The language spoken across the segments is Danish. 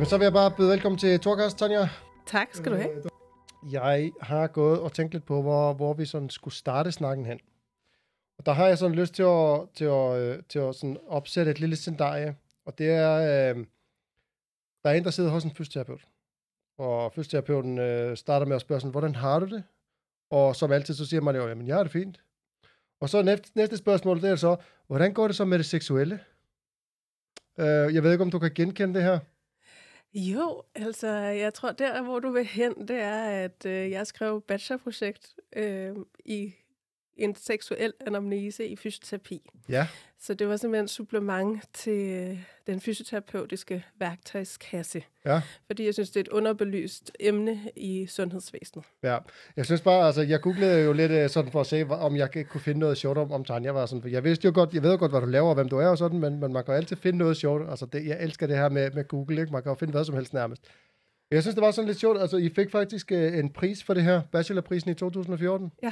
så vil jeg bare byde velkommen til Torkast, Tanja. Tak skal du have. Jeg har gået og tænkt lidt på, hvor vi sådan skulle starte snakken hen. Og der har jeg sådan lyst til at sådan opsætte et lille scenarie. Og det er, der er en, der sidder hos en fysioterapeut. Og fysioterapeuten starter med at spørge sådan, hvordan har du det? Og som altid, så siger man jo, jamen jeg har det fint. Og så næste spørgsmål, det er så, hvordan går det så med det seksuelle? Jeg ved ikke, om du kan genkende det her. Jo, altså jeg tror, der hvor du vil hen, det er, at jeg skrev bachelorprojekt i en seksuel anamnese i fysioterapi. Ja. Så det var simpelthen et supplement til den fysioterapeutiske værktøjskasse. Ja. Fordi jeg synes, det er et underbelyst emne i sundhedsvæsenet. Ja, jeg synes bare, altså jeg googlede jo lidt sådan for at se, om jeg kunne finde noget sjovt om Tanja var sådan, for jeg ved jo godt, hvad du laver og hvem du er og sådan, men man kan altid finde noget sjovt. Altså jeg elsker det her med Google, ikke? Man kan jo finde hvad som helst nærmest. Jeg synes, det var sådan lidt sjovt, altså I fik faktisk en pris for det her, bachelorprisen i 2014. Ja.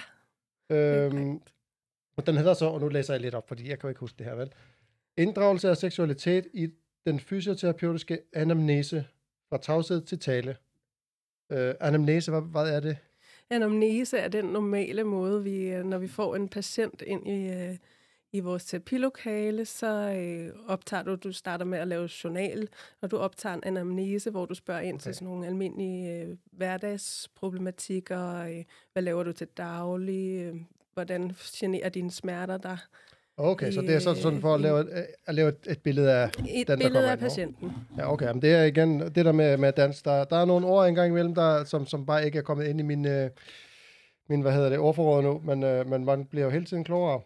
Og den hedder så, og nu læser jeg lidt op, fordi jeg kan jo ikke huske det her, vel? Inddragelse af seksualitet i den fysioterapeutiske anamnese fra tavshed til tale. Anamnese, hvad er det? Anamnese er den normale måde, når vi får en patient ind i vores terapilokale, så optager du starter med at lave journal, og du optager en anamnese, hvor du spørger ind til sådan nogle almindelige hverdagsproblematikker, hvad laver du til daglig, hvordan generer dine smerter dig. Okay, så det er sådan for at lave et billede af den, der kommer ind. Et billede af patienten. Ja, okay, men det er igen det der med dans. Der er nogle ord engang imellem, som bare ikke er kommet ind i min ordforråd nu, men man bliver jo hele tiden klogere.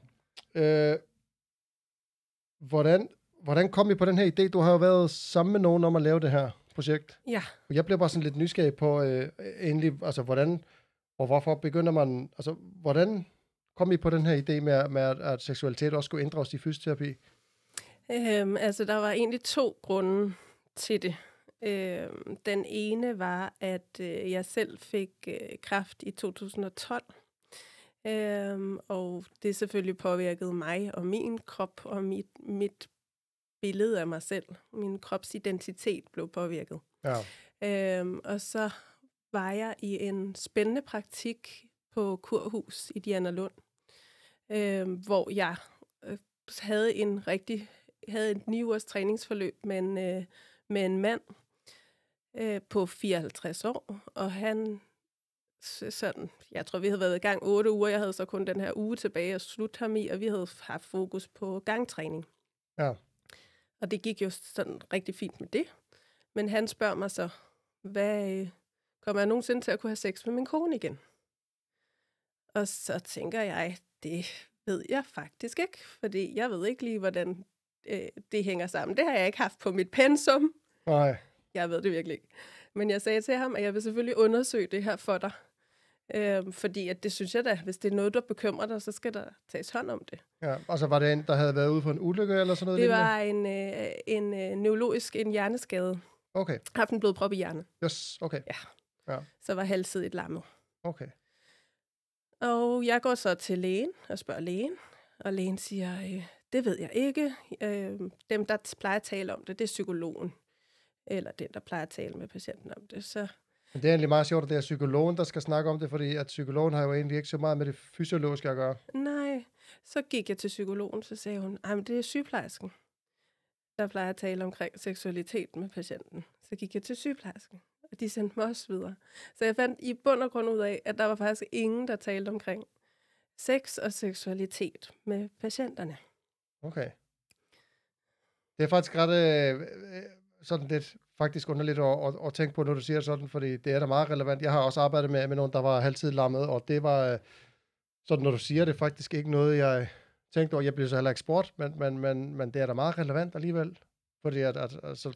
Hvordan kom I på den her idé? Du har jo været sammen med nogen om at lave det her projekt. Ja. Jeg bliver bare sådan lidt nysgerrig på egentlig, altså hvordan og hvorfor begynder man, altså hvordan kom I på den her idé med at seksualitet også skulle inddrages i fysioterapi? Altså, der var egentlig 2 grunde til det. Den ene var, at jeg selv fik kræft i 2012. Og det selvfølgelig påvirkede mig og min krop og mit billede af mig selv. Min kropsidentitet blev påvirket. Ja. Og så var jeg i en spændende praktik på Kurhus i Dianalund, hvor jeg havde et 9-ugers træningsforløb med en mand på 54 år, og han sådan, jeg tror, vi havde været i gang 8 uger, jeg havde så kun den her uge tilbage at slutte ham i, og vi havde haft fokus på gangtræning. Ja. Og det gik jo sådan rigtig fint med det. Men han spørger mig så, kommer jeg nogensinde til at kunne have sex med min kone igen? Og så tænker jeg, det ved jeg faktisk ikke, fordi jeg ved ikke lige, hvordan det hænger sammen. Det har jeg ikke haft på mit pensum. Nej. Jeg ved det virkelig ikke. Men jeg sagde til ham, at jeg vil selvfølgelig undersøge det her for dig. Fordi at det synes jeg da, hvis det er noget, der bekymrer dig, så skal der tages hånd om det. Ja, og så var det en, der havde været ude for en ulykke eller sådan noget? Det var en neurologisk, en hjerneskade. Okay. Haft en blodprop i hjernen. Yes, okay. Ja. Så var halvsidigt lammet. Okay. Og jeg går så til lægen og spørger lægen, og lægen siger, det ved jeg ikke. Dem, der plejer at tale om det, det er psykologen. Eller den, der plejer at tale med patienten om det. Så men det er egentlig meget sjovt, at det er psykologen, der skal snakke om det, fordi at psykologen har jo egentlig ikke så meget med det fysiologiske at gøre. Nej, så gik jeg til psykologen, så sagde hun, men det er sygeplejersken, der plejer at tale omkring seksualitet med patienten. Så gik jeg til sygeplejersken, og de sendte mig også videre. Så jeg fandt i bund og grund ud af, at der var faktisk ingen, der talte omkring sex og seksualitet med patienterne. Okay. Det er faktisk ret sådan lidt faktisk underligt at tænke på, når du siger sådan, fordi det er da meget relevant. Jeg har også arbejdet med nogen, der var halvtid lammet, og det var sådan, når du siger det, faktisk ikke noget, jeg tænkte over. Jeg blev så heller ikke sport, men det er da meget relevant alligevel, fordi altså,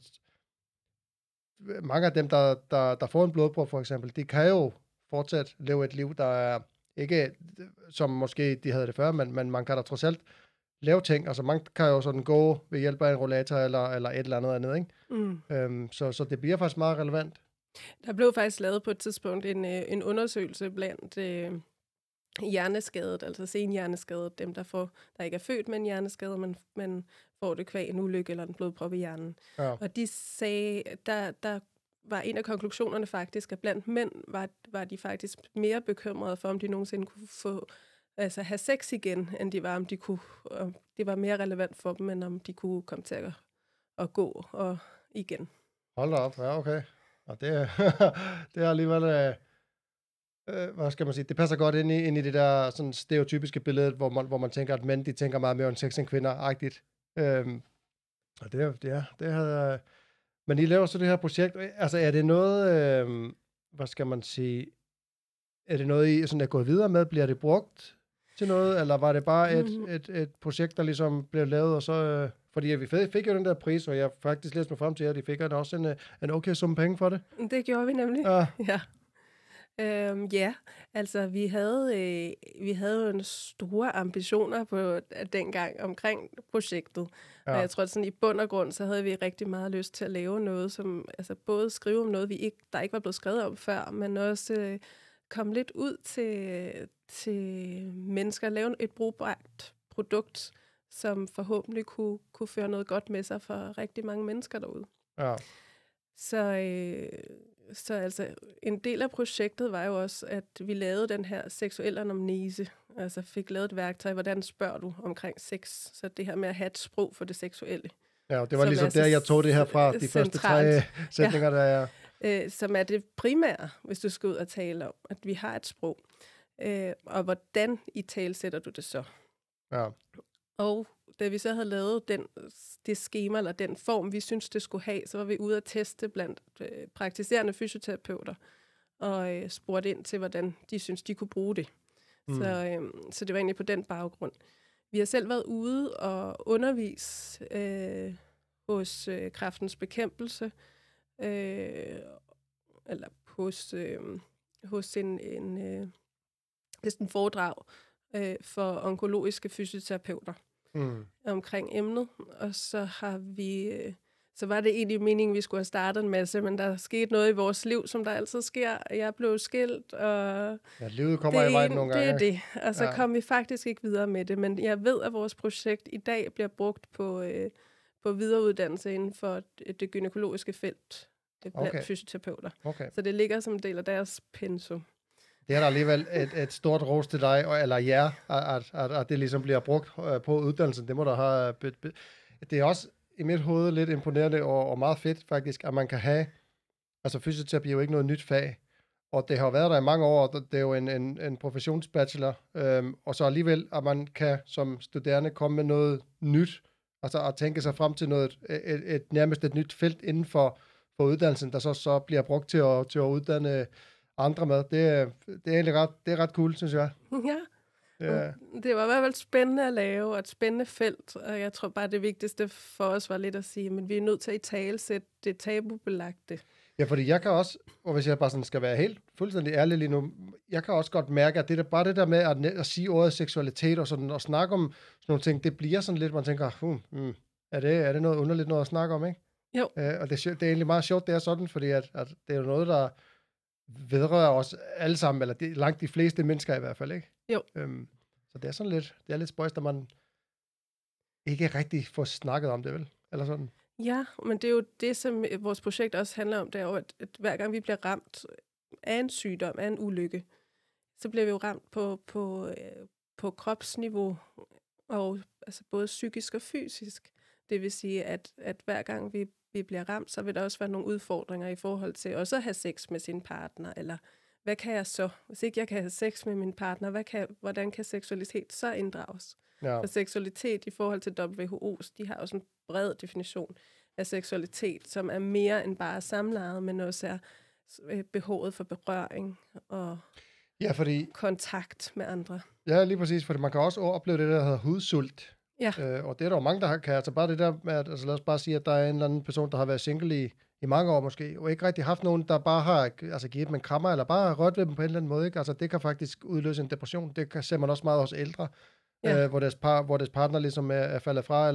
mange af dem, der får en blodprop for eksempel, de kan jo fortsat leve et liv, der er ikke, som måske de havde det før, men man kan da trods alt lave ting. Altså man kan jo sådan gå ved hjælp af en rollator eller et eller andet, ikke? Så det bliver faktisk meget relevant. Der blev faktisk lavet på et tidspunkt en undersøgelse blandt hjerneskadet, altså senhjerneskadet, dem der ikke er født med en hjerneskade, men får det kvæg en ulykke eller en blodprop i hjernen. Ja. Og de sagde, der var en af konklusionerne faktisk, at blandt mænd var de faktisk mere bekymrede for, om de nogensinde kunne have sex igen, end de var, om de kunne. Det var mere relevant for dem, end om de kunne komme til at gå og igen. Hold da op, ja, okay. Og det er alligevel, hvad skal man sige, det passer godt ind i det der sådan stereotypiske billede, hvor man tænker, at mænd, de tænker meget mere om sex end kvinder-agtigt. Og det havde... Men I laver så det her projekt, altså er det noget, hvad skal man sige, er det noget, I sådan er gået videre med? Bliver det brugt til noget, eller var det bare et projekt, der ligesom blev lavet, og så... Fordi vi fik jo den der pris, og jeg faktisk læste mig frem til, at de fik også en okay sum penge for det. Det gjorde vi nemlig, ja. Ja, altså vi havde jo en store ambitioner på dengang omkring projektet. Ja. Og jeg tror, at sådan i bund og grund, så havde vi rigtig meget lyst til at lave noget, som altså både skrive om noget, der ikke var blevet skrevet om før, men også komme lidt ud til mennesker, lave et brugbart produkt, som forhåbentlig kunne føre noget godt med sig for rigtig mange mennesker derude. Ja. Så altså, en del af projektet var jo også, at vi lavede den her seksuelle anamnese. Altså fik lavet et værktøj, hvordan spørger du omkring sex? Så det her med at have et sprog for det seksuelle. Ja, det var ligesom der, jeg tog det her fra, de første 3 sætninger, der er... Som er det primære, hvis du skal ud og tale om, at vi har et sprog. Og hvordan i tale sætter du det så? Ja. Og da vi så havde lavet det skema, eller den form, vi synes det skulle have, så var vi ude at teste blandt praktiserende fysioterapeuter, og spurgte ind til, hvordan de synes, de kunne bruge det. Så det var egentlig på den baggrund. Vi har selv været ude og undervise hos Kræftens Bekæmpelse, eller hos en foredrag for onkologiske fysioterapeuter omkring emnet. Og så så var det egentlig meningen, vi skulle have startet en masse, men der skete noget i vores liv, som der altid sker. Jeg blev skilt, og... Ja, livet kommer i vejen nogle gange. Det er det. Og så kom vi faktisk ikke videre med det, men jeg ved, at vores projekt i dag bliver brugt på videreuddannelse inden for det gynækologiske felt blandt fysioterapeuter. Okay. Så det ligger som en del af deres pensum. Det er der alligevel et stort ros til dig, eller jer, at det ligesom bliver brugt på uddannelsen. Det må der have... Det er også i mit hoved lidt imponerende og meget fedt faktisk, at man kan have... Altså fysioterapi er jo ikke noget nyt fag, og det har været der i mange år, det er jo en professionsbachelor, og så alligevel, at man kan som studerende komme med noget nyt, altså at tænke sig frem til noget, nærmest et nyt felt inden for uddannelsen, der så bliver brugt til at uddanne andre med. Det er egentlig ret cool, synes jeg. Ja. Det var i hvert fald spændende at lave, og et spændende felt, og jeg tror bare, det vigtigste for os var lidt at sige, men vi er nødt til at italesætte det tabubelagte. Ja, fordi jeg kan også, og hvis jeg bare sådan skal være helt fuldstændig ærlig lige nu, jeg kan også godt mærke, at bare det der med at sige ordet seksualitet og sådan, og snakke om sådan nogle ting, det bliver sådan lidt, man tænker, er det noget underligt noget at snakke om, ikke? Jo. Og det er egentlig meget sjovt, det er sådan, fordi at det er jo noget, der vedrører os alle sammen, eller langt de fleste mennesker i hvert fald, ikke? Jo. Så det er sådan lidt, det er lidt spøjst, at man ikke rigtig får snakket om det, vel? Eller sådan. Ja, men det er jo det, som vores projekt også handler om, det er jo, at hver gang vi bliver ramt af en sygdom, af en ulykke, så bliver vi jo ramt på kropsniveau, og altså både psykisk og fysisk. Det vil sige, at hver gang vi bliver ramt, så vil der også være nogle udfordringer i forhold til også at have sex med sin partner, eller hvad kan jeg så, hvis ikke jeg kan have sex med min partner, hvordan kan seksualitet så inddrages? Ja. For seksualitet i forhold til WHO's, de har også en bred definition af seksualitet, som er mere end bare samleje, men også er behovet for berøring og kontakt med andre. Ja, lige præcis, for man kan også opleve det, der hedder hudsult. Ja. Og det er der jo mange, der kan. Altså bare det der med, altså lad os bare sige, at der er en eller anden person, der har været single i mange år måske, og ikke rigtig haft nogen, der bare har givet dem en krammer, eller bare rørt ved dem på en eller anden måde. Ikke? Altså det kan faktisk udløse en depression. Det ser man også meget hos ældre, hvor deres partner ligesom er faldet fra,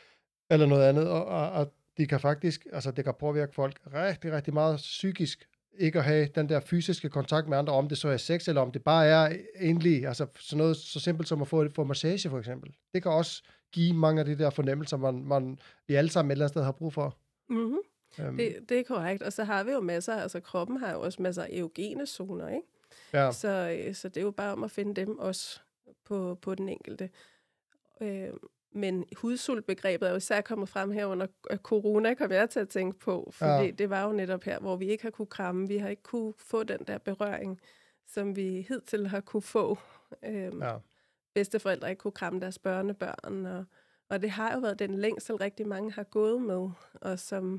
eller noget andet, og de kan faktisk, altså det kan påvirke folk rigtig, rigtig meget psykisk, ikke at have den der fysiske kontakt med andre, om det så er sex, eller om det bare er egentlig, altså sådan noget så simpelt som at få massage for eksempel. Det kan også give mange af de der fornemmelser, vi alle sammen et eller andet sted har brug for. Mm-hmm. Det er korrekt, og så har vi jo masser, altså kroppen har jo også masser af erogene zoner, ikke? Ja. Så det er jo bare om at finde dem også på den enkelte. Men hudsultbegrebet er jo især kommet frem her under corona, kom jeg til at tænke på, fordi det var jo netop her, hvor vi ikke har kunne kramme, vi har ikke kunne få den der berøring, som vi hidtil har kunne få. Bedsteforældre ikke kunne kramme deres børnebørn, og det har jo været den længsel, rigtig mange har gået med, og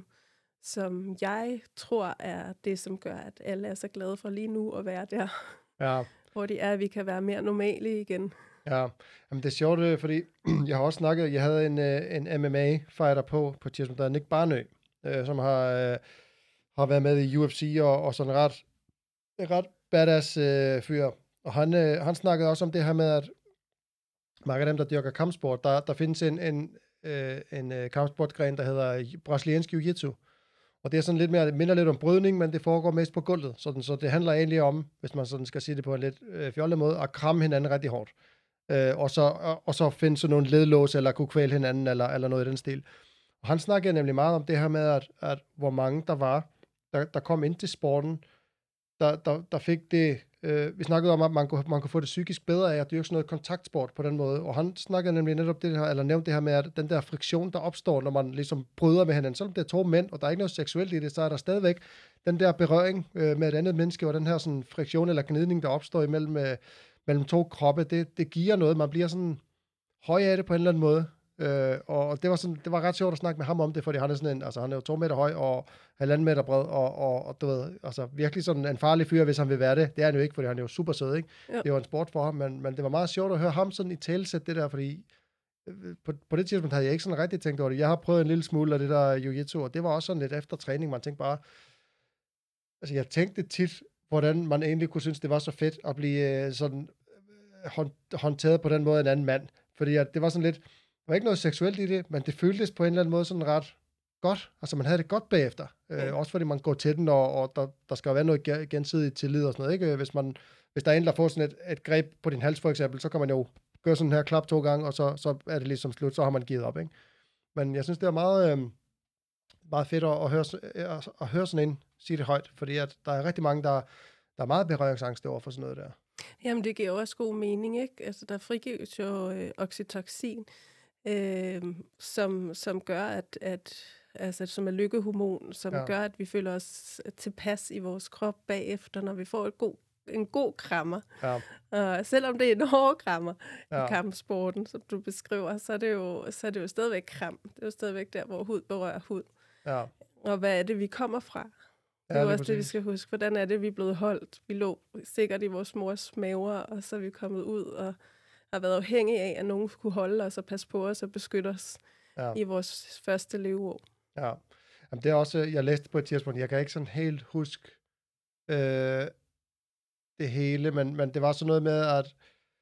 som jeg tror er det, som gør, at alle er så glade for lige nu at være der, hvor de er, at vi kan være mere normale igen. Ja, jamen det er sjovt, fordi jeg har også snakket, jeg havde en MMA-fighter på tirsdag, der er Nick Barnø, som har været med i UFC og sådan ret badass fyr. Og han snakkede også om det her med, at mange af dem, der dyrker kampsport, der findes en kampsportgren, der hedder brasiliansk jiu-jitsu. Og det er sådan minder lidt om brydning, men det foregår mest på gulvet. Så det handler egentlig om, hvis man sådan skal sige det på en lidt fjollet måde, at kramme hinanden rigtig hårdt. Og så finde sådan nogle ledlås, eller kunne kvæle hinanden, eller noget i den stil. Og han snakkede nemlig meget om det her med, at hvor mange der var, der kom ind til sporten, der fik det. Vi snakkede om, at man kunne få det psykisk bedre af at dyrke sådan noget kontaktsport på den måde. Og han snakkede nemlig netop det her, eller nævnte det her med, at den der friktion, der opstår, når man ligesom bryder med hinanden, selvom det er to mænd, og der er ikke noget seksuelt i det, så er der stadigvæk den der berøring med et andet menneske, og den her sådan friktion eller gnidning, der opstår mellem to kroppe, det giver noget. Man bliver sådan høj af det på en eller anden måde. Og det var ret sjovt at snakke med ham om det, fordi han er sådan han er jo 2 meter høj og 1,5 meter bred, og du ved, altså virkelig sådan en farlig fyr, hvis han vil være det. Det er han jo ikke, fordi han er jo super sød, ikke? Ja. Det var en sport for ham, men det var meget sjovt at høre ham sådan i talesæt det der, fordi på det tidspunkt havde jeg ikke sådan rigtig tænkt over det. Jeg har prøvet en lille smule af det der jiu-jitsu, og det var også sådan lidt efter træning, man tænkte bare, altså jeg tænkte tit, hvordan man egentlig kunne synes, det var så fedt at blive sådan håndteret på den måde en anden mand, fordi at det var sådan lidt, der var ikke noget seksuelt i det, men det føltes på en eller anden måde sådan ret godt. Altså man havde det godt bagefter. Også fordi man går til den, og der skal være noget gensidig tillid og sådan noget. Ikke? Hvis der er en, der får sådan et greb på din hals for eksempel, så kan man jo gøre sådan her klap 2 gange, og så er det ligesom slut, så har man givet op. Ikke? Men jeg synes, det er meget, meget fedt at høre sådan en sige det højt, fordi at der er rigtig mange, der er meget berøringsangst over for sådan noget der. Jamen det giver også god mening, ikke? Altså der frigives jo oxytocin, som gør, altså, som er lykkehormon, som gør, at vi føler os tilpas i vores krop bagefter, når vi får en god krammer. Ja. Og selvom det er en hård krammer i kampsporten, som du beskriver, så er det jo stadigvæk kram. Det er jo stadigvæk der, hvor hud berører hud. Ja. Og hvad er det, vi kommer fra? Det er jo også det, vi skal huske. Hvordan er det, vi er blevet holdt? Vi lå sikkert i vores mors maver, og så er vi kommet ud og har været afhængige af, at nogen kunne holde os og passe på os og beskytte os i vores første leveår. Ja, jamen, det er også, jeg læste på et tidspunkt, jeg kan ikke sådan helt huske det hele, men det var sådan noget med, at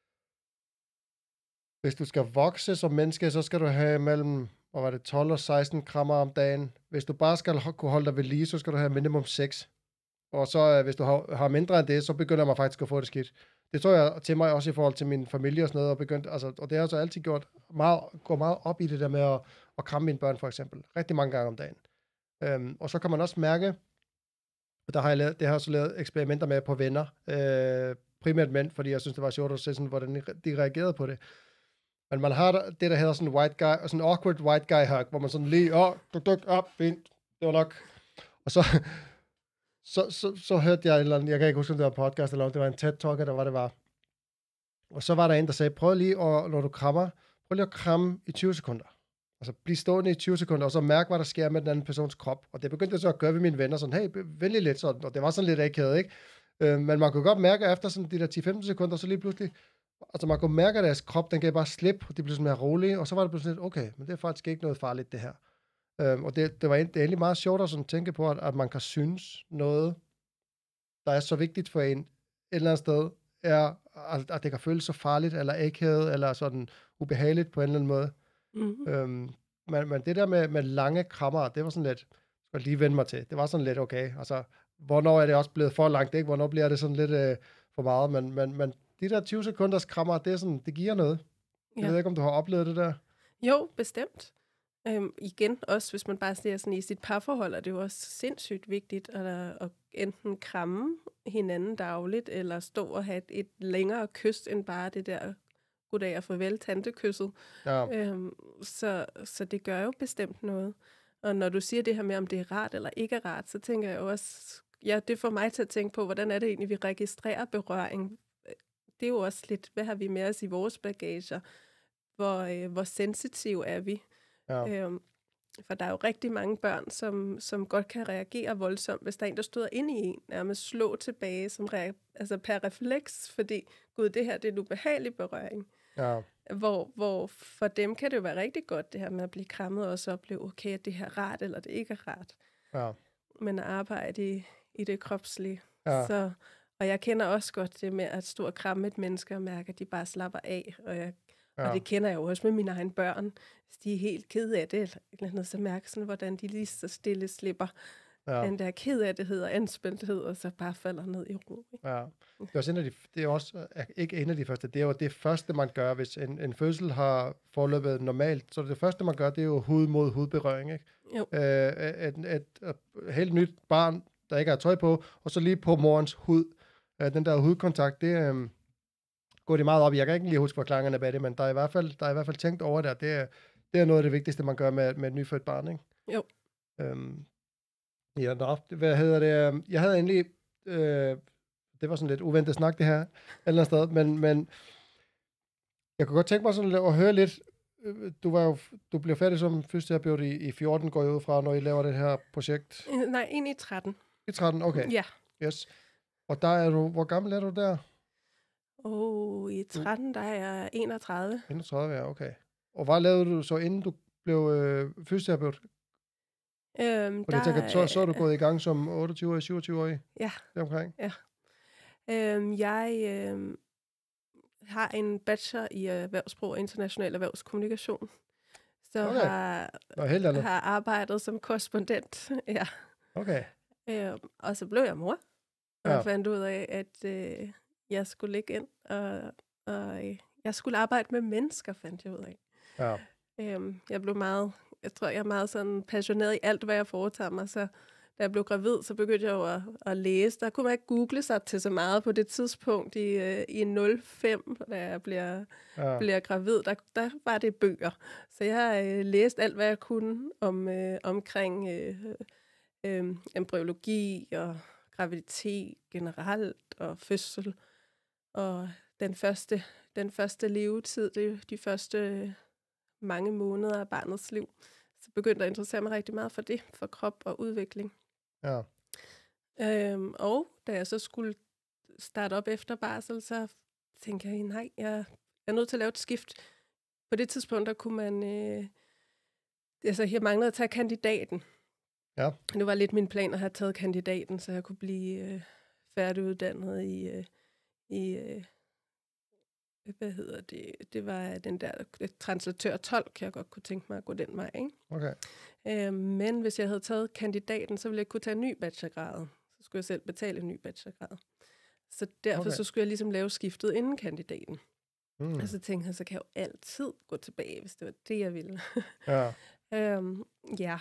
hvis du skal vokse som menneske, så skal du have mellem 12 og 16 krammer om dagen. Hvis du bare skal kunne holde dig ved lige, så skal du have minimum 6. Og så hvis du har mindre end det, så begynder man faktisk at få det skidt. Det tror jeg til mig også i forhold til min familie og sådan noget, og det har jeg så altid gået meget op i det der med at kramme mine børn for eksempel. Rigtig mange gange om dagen. Og så kan man også mærke, det har jeg så lavet eksperimenter med på venner, primært mænd, fordi jeg synes, det var sjovt at se, sådan, hvordan de reagerede på det. Men man har det, der hedder sådan white guy, og sådan awkward white guy hug, hvor man sådan lige, fint, det var nok. Og så hørte jeg, eller jeg kan ikke huske, om det var en podcast, eller om det var en TED-talk, eller hvad det var. Og så var der en, der sagde, prøv lige at kramme i 20 sekunder. Altså bliv stående i 20 sekunder, og så mærke, hvad der sker med den anden persons krop. Og det begyndte jeg så at gøre ved mine venner, sådan, hey, venlig lidt sådan, og det var sådan lidt akavet, ikke? Men man kunne godt mærke, efter sådan de der 10-15 sekunder, så lige pludselig, altså man kunne mærke, at deres krop, den gav bare slip, og de blev sådan mere rolige, og så var det pludselig lidt, okay, men det er faktisk ikke noget farligt, det her. Og det er egentlig meget sjovt at sådan tænke på, at man kan synes noget, der er så vigtigt for en, et eller andet sted, er, at det kan føles så farligt, eller akavet, eller sådan ubehageligt på en eller anden måde. Mm-hmm. Men det der med lange krammer, det var sådan lidt, skal lige vende mig til, det var sådan lidt okay, altså, hvornår er det også blevet for langt, ikke? Hvornår bliver det sådan lidt for meget, men de der 20 sekunders krammer, det er sådan, det giver noget. Jeg ved ikke, om du har oplevet det der? Jo, bestemt. Igen, også hvis man bare ser sådan i sit parforhold, er det jo også sindssygt vigtigt at enten kramme hinanden dagligt, eller stå og have et længere kys, end bare det der goddag og farvel tantekysset. Ja. Så det gør jo bestemt noget. Og når du siger det her med, om det er rart eller ikke er rart, så tænker jeg jo også, ja, det får mig til at tænke på, hvordan er det egentlig, vi registrerer berøring. Det er jo også lidt, hvad har vi med os i vores bagager? Hvor sensitive er vi? Ja. For der er jo rigtig mange børn, som godt kan reagere voldsomt, hvis der er en, der støder ind i en, nærmest slå tilbage altså per refleks, fordi gud, det her det er en ubehagelig berøring. Ja. Hvor for dem kan det jo være rigtig godt, det her med at blive krammet, og så opleve, okay, at det her er rart, eller det ikke er rart. Ja. Men at arbejde i det kropslige. Ja. Og jeg kender også godt det med at stå og kramme et menneske og mærke, at de bare slapper af. Og det kender jeg jo også med mine egne børn. Hvis de er helt ked af det, eller andet, så mærker sådan, hvordan de lige så stille slipper den der ked af det og anspændthed, og så bare falder ned i ro. Ikke? Ja. Det er også ikke en af de første. Det er jo det første, man gør, hvis en fødsel har forløbet normalt. Så det første, man gør, det er jo hud mod hudberøring. Ikke? Jo. Et helt nyt barn, der ikke har tøj på, og så lige på morens hud. Den der hudkontakt, det går de meget op i. Jeg kan ikke lige huske forklaringerne bag det, men der er i hvert fald tænkt over det. Det er noget af det vigtigste, man gør med et nyfødt barn, ikke? Jo. Hvad hedder det? Jeg havde egentlig... det var sådan lidt uventet snak, det her, et eller andet sted, men jeg kunne godt tænke mig sådan at høre lidt. Du blev færdig som fysioterapeut i 14, går jeg ud fra, når I laver det her projekt? Nej, ind i 13. I 13, okay. Ja. Yes. Og der er du... Hvor gammel er du der? I 13, der er jeg 31. 31, ja, okay. Og hvad lavede du så, inden du blev fysioterapeut? Så er du gået i gang som 28-årig, 27-årig? Ja. Omkring? Ja. Jeg har en bachelor i erhvervssprog og international erhvervskommunikation. Så okay. har arbejdet som korrespondent. Ja. Okay. Og så blev jeg mor. Og jeg fandt ud af, at jeg skulle ligge ind, og jeg skulle arbejde med mennesker, fandt jeg ud af. Ja. Jeg tror, jeg er meget sådan passioneret i alt, hvad jeg foretager mig, så da jeg blev gravid, så begyndte jeg jo at læse. Der kunne man ikke google sig til så meget på det tidspunkt i 05, da jeg bliver gravid. Der var det bøger. Så jeg læste alt, hvad jeg kunne omkring embryologi og graviditet generelt og fødsel. Og den første levetid, det er de første mange måneder af barnets liv. Så begyndte jeg at interessere mig rigtig meget for det, for krop og udvikling. Ja. Og da jeg så skulle starte op efter barsel, så tænkte jeg, nej, jeg er nødt til at lave et skift. På det tidspunkt, der kunne man... jeg manglede at tage kandidaten. Ja. Det var lidt min plan at have taget kandidaten, så jeg kunne blive færdiguddannet i hvad hedder det? Det var den der translatør 12, kan jeg godt kunne tænke mig at gå den vej, ikke? Okay. Men hvis jeg havde taget kandidaten, så ville jeg kunne tage en ny bachelorgrad. Så skulle jeg selv betale en ny bachelorgrad. Så derfor så skulle jeg ligesom lave skiftet inden kandidaten. Og så tænkte jeg, så kan jeg jo altid gå tilbage, hvis det var det, jeg ville. Ja.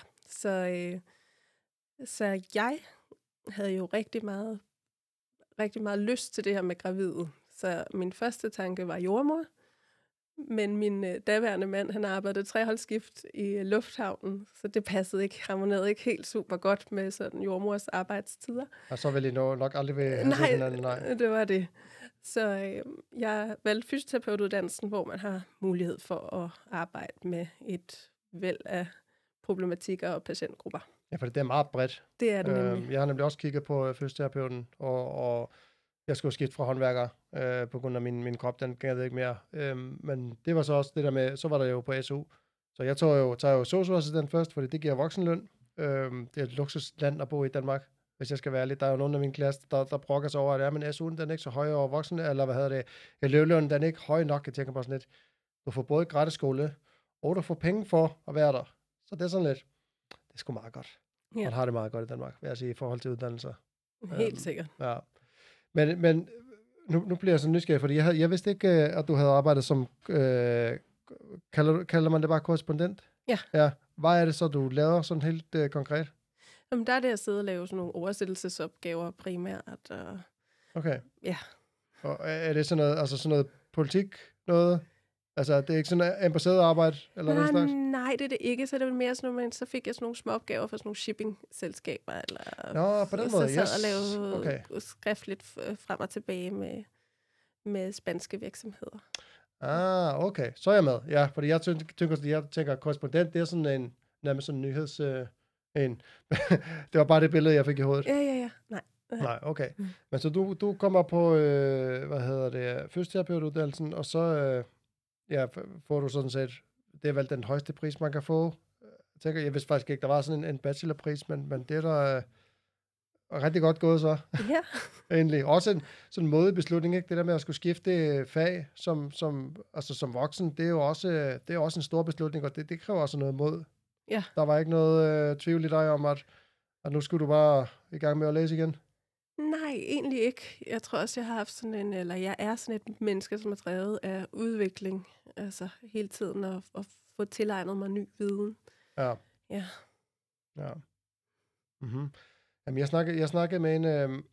Så jeg havde jo rigtig meget lyst til det her med gravide. Så min første tanke var jordmor, men min daværende mand, han arbejdede treholdsskift i lufthavnen, så det harmonerede ikke helt super godt med sådan jordmors arbejdstider. Og så ville I nok aldrig have hinanden, nej, det var det. Så jeg valgte fysioterapeutuddannelsen, hvor man har mulighed for at arbejde med et væld af problematikker og patientgrupper. Ja, for det er meget bredt. Det er det nemlig. Jeg har nemlig også kigget på fysioterapeuten, og jeg skulle skifte fra håndværker, på grund af min krop, den gad ikke mere. Men det var så også det der med, så var der jo på SU. Så jeg tager jo sosu-assistent først, fordi det giver voksenløn. Det er et luksusland at bo i Danmark, hvis jeg skal være ærlig. Der er jo nogen af min klasse, der brokker sig over, at men SU'en, den er ikke så høj over voksen, eller hvad hedder det, elevlønnen, den er ikke høj nok. Jeg tænker bare sådan lidt, du får både gratis skole, og du får penge for at være der. Så det er sådan lidt, det er sgu meget godt. Ja. Man har det meget godt i Danmark, vil jeg sige, i forhold til uddannelser. Helt sikkert. Ja. Men nu bliver jeg så nysgerrig, fordi jeg vidste ikke, at du havde arbejdet som, kalder man det bare korrespondent? Ja. Ja. Hvad er det så, du laver sådan helt konkret? Jamen, der er det at sidde og lave sådan nogle oversættelsesopgaver primært. Og Okay. ja. Og er det sådan noget politik, noget? Altså, det er ikke sådan ambassadør arbejde, eller noget slags? Nej, det er det ikke. Så er det vel mere sådan noget, men så fik jeg sådan nogle små opgaver for sådan nogle shipping-selskaber. Eller, Nå, på den måde, så sad og lavede skriftligt frem og tilbage med spanske virksomheder. Ah, okay. Så er jeg med. Ja, fordi jeg tænker, korrespondent, det er sådan en, nærmest sådan en nyheds... en. Det var bare det billede, jeg fik i hovedet. Ja. Nej, okay. Men så du kommer på, fysioterapeutuddannelsen, og så får du sådan set, det er vel den højeste pris, man kan få. Jeg vidste faktisk ikke, der var sådan en bachelorpris, men det er der rigtig godt gået så. Ja. Egentlig. Også en sådan modebeslutning, ikke? Det der med at skulle skifte fag som voksen, det er jo også en stor beslutning, og det kræver også noget mod. Ja. Der var ikke noget tvivl i dig om, at nu skulle du bare i gang med at læse igen? Nej, egentlig ikke. Jeg tror også, jeg er sådan et menneske, som er drevet af udvikling. Altså hele tiden at få tilegnet mig ny viden. Ja. Ja. Ja. Mm-hmm. Jamen, jeg snakkede med en,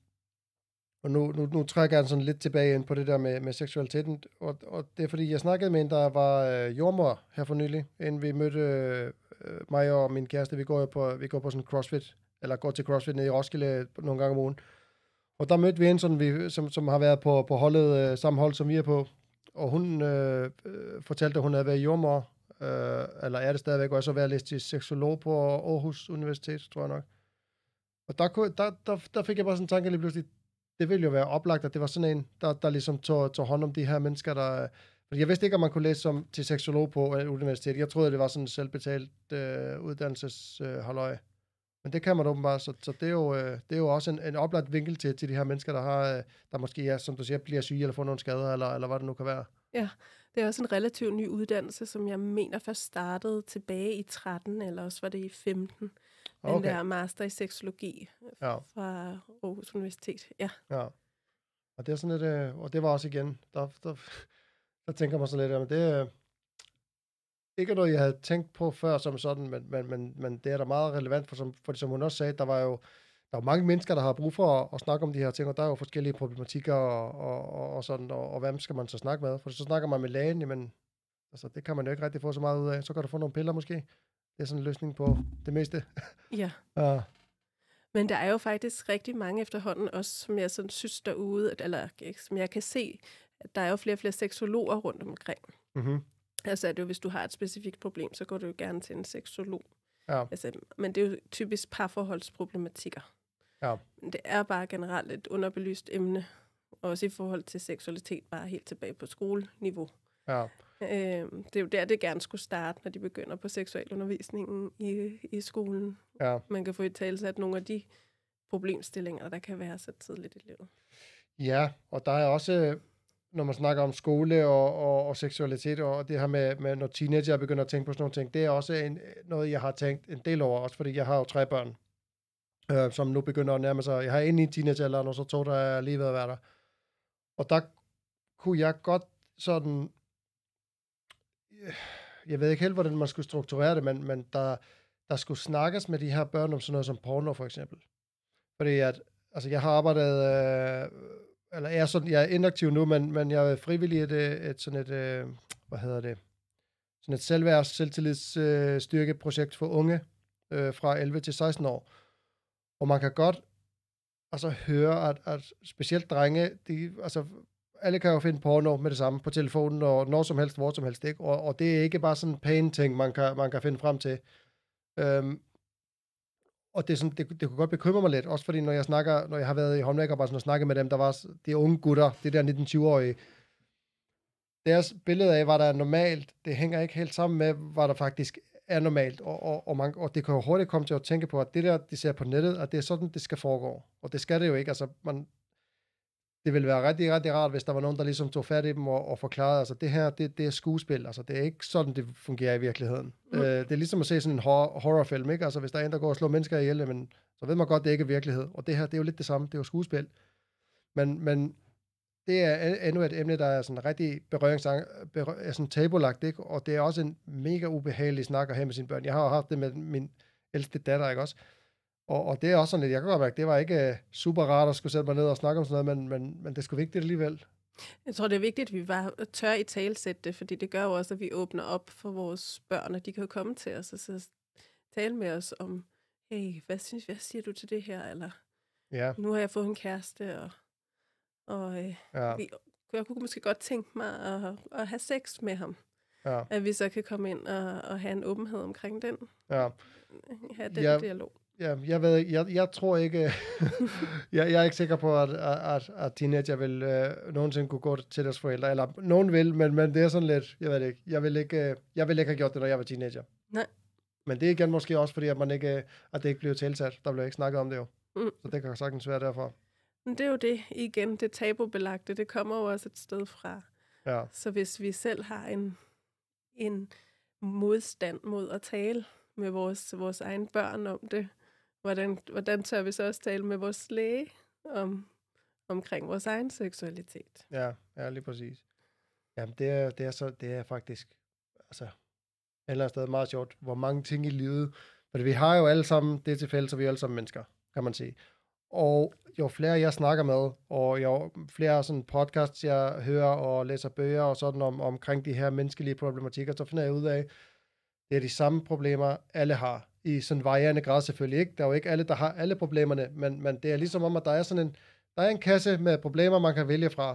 og nu trækker jeg sådan lidt tilbage ind på det der med seksualiteten, og det er fordi, jeg snakkede med en, der var jordmor her for nylig, inden vi mødte mig og min kæreste. Vi går på sådan CrossFit, eller går til CrossFit nede i Roskilde nogle gange om ugen. Og der mødte vi en, som har været på holdet, samme hold, som vi er på. Og hun fortalte, at hun havde været jordmor, eller er det stadigvæk, og er så været læst til seksolog på Aarhus Universitet, tror jeg nok. Og der fik jeg bare sådan en tanke lige pludselig, det ville jo være oplagt, at det var sådan en, der ligesom tog hånd om de her mennesker, der... Jeg vidste ikke, om man kunne læse som til seksolog på universitet. Jeg troede, det var sådan en selvbetalt uddannelseshalløj. Men det kan man åbenbart, så det er jo også en oplagt vinkel til de her mennesker, der måske, som du siger, bliver syge eller får nogle skader, eller hvad det nu kan være. Ja, det er også en relativt ny uddannelse, som jeg mener først startede tilbage i 13, eller også var det i 15. Den der master i seksologi fra Aarhus Universitet. Ja. Og det er sådan lidt, og det var også igen, der tænker man så lidt, at det ikke noget, jeg havde tænkt på før som sådan, men det er da meget relevant, for som hun også sagde, der er mange mennesker, der har brug for at snakke om de her ting, og der er jo forskellige problematikker og sådan, og hvem skal man så snakke med? For så snakker man med lægen, men altså, det kan man jo ikke rigtig få så meget ud af. Så kan du få nogle piller måske. Det er sådan en løsning på det meste. Ja. Men der er jo faktisk rigtig mange efterhånden, også som jeg sådan synes derude, eller som jeg kan se, at der er jo flere og flere seksologer rundt omkring. Mm-hmm. Altså, at hvis du har et specifikt problem, så går du jo gerne til en seksolog. Ja. Altså, men det er jo typisk parforholdsproblematikker. Ja. Det er bare generelt et underbelyst emne, også i forhold til seksualitet, bare helt tilbage på skoleniveau. Ja. Det er jo der, det gerne skulle starte, når de begynder på seksualundervisningen i skolen. Ja. Man kan få i talsat nogle af de problemstillinger, der kan være så tidligt i livet. Ja, og der er også, når man snakker om skole og seksualitet, og det her med når teenager begynder at tænke på sådan nogle ting, det er også noget, jeg har tænkt en del over, også fordi jeg har jo 3 børn, som nu begynder at nærme sig. Jeg har en i teenagealderen, og så 2, der er lige ved at være der. Og der kunne jeg godt sådan... Jeg ved ikke helt, hvordan man skulle strukturere det, men der skulle snakkes med de her børn om sådan noget som porno, for eksempel. Fordi at, altså jeg har arbejdet, jeg er inaktiv nu, men jeg er frivillig i sådan et selvtillidsstyrkeprojekt for unge fra 11 til 16 år. Og man kan godt altså høre, at specielt drenge, alle kan jo finde porno med det samme på telefonen, og når som helst, hvor som helst, ikke? Og det er ikke bare sådan en pæn ting, man kan finde frem til. Og det, er sådan, det kunne godt bekymre mig lidt, også fordi når jeg har været i håndværkerbranchen og snakket med dem, der var de unge gutter, det der 19-20-årige, deres billede af, hvad der er normalt, det hænger ikke helt sammen med, hvad der faktisk er normalt, og det kan jo hurtigt komme til at tænke på, at det der, de ser på nettet, at det er sådan, det skal foregå, og det skal det jo ikke, altså det ville være rigtig, rigtig rart, hvis der var nogen, der ligesom tog fat i dem og forklarede, altså det her, det er skuespil, altså det er ikke sådan, det fungerer i virkeligheden. Det er ligesom at se sådan en horrorfilm, ikke? Altså hvis der er en, der går og slår mennesker ihjel, men så ved man godt, det ikke er virkelighed. Og det her, det er jo lidt det samme, det er jo skuespil. Men det er endnu et emne, der er sådan rigtig sådan tabulagt, ikke? Og det er også en mega ubehagelig snak at have med sine børn. Jeg har jo haft det med min ældste datter, ikke også? Og det er også sådan lidt, jeg kan godt mærke, det var ikke super rart at skulle sætte mig ned og snakke om sådan noget, men det er sgu vigtigt alligevel. Jeg tror, det er vigtigt, at vi bare tør i talesætte det, fordi det gør jo også, at vi åbner op for vores børn, og de kan jo komme til os og så tale med os om, hey, hvad siger du til det her? Eller nu har jeg fået en kæreste, og jeg kunne måske godt tænke mig at have sex med ham. Ja. At vi så kan komme ind og have en åbenhed omkring den. Ja. Have den dialog. Ja, jeg tror ikke, jeg er ikke sikker på, at teenager vil nogensinde kunne gå til deres forældre, eller nogen vil, men det er sådan lidt, jeg ved ikke, jeg vil ikke have gjort det, når jeg var teenager. Nej. Men det er igen måske også, fordi at det ikke blev tilsat, der blev ikke snakket om det jo. Så det kan sagtens være derfor. Men det er jo det, igen, det tabubelagte, det kommer jo også et sted fra. Ja. Så hvis vi selv har en modstand mod at tale med vores egne børn om det, hvordan tør vi så også tale med vores læge omkring vores egen seksualitet? Ja, lige præcis. Jamen, det er faktisk, altså, et eller andet sted meget sjovt, hvor mange ting i livet, for vi har jo alle sammen det til fælles, så vi er alle sammen mennesker, kan man sige. Og jo flere jeg snakker med, og jo flere sådan podcasts, jeg hører og læser bøger og sådan omkring de her menneskelige problematikker, så finder jeg ud af, det er de samme problemer, alle har. I sådan varierende grad selvfølgelig ikke. Der er jo ikke alle, der har alle problemerne, men det er ligesom om, at der er en kasse med problemer, man kan vælge fra,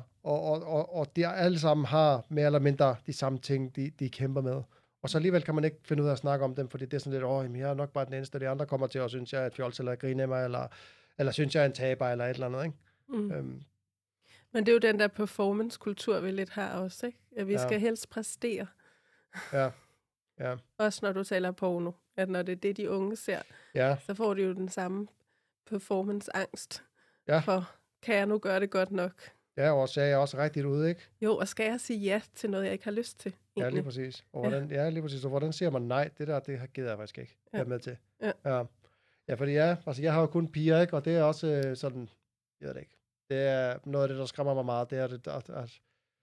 og de alle sammen har mere eller mindre de samme ting, de kæmper med. Og så alligevel kan man ikke finde ud af at snakke om dem, fordi det er sådan lidt, jamen, jeg er nok bare den eneste, og de andre kommer til, og synes jeg er et fjols, eller griner af mig, eller synes jeg er en taber, eller et eller andet, ikke? Men det er jo den der performance-kultur, vi lidt har også, ikke? At vi skal helst præstere. Ja. Også når du taler porno, at når det er det, de unge ser, så får de jo den samme performance-angst. For, kan jeg nu gøre det godt nok? Ja, og så er jeg også rigtigt ude, ikke? Jo, og skal jeg sige ja til noget, jeg ikke har lyst til? Egentlig? Ja, lige præcis. Og lige præcis. Og hvordan siger man nej? Det gider jeg faktisk ikke være med til. Ja, fordi altså jeg har jo kun piger, ikke? Og det er også sådan, jeg ved det ikke. Det er noget af det, der skræmmer mig meget, det er det, at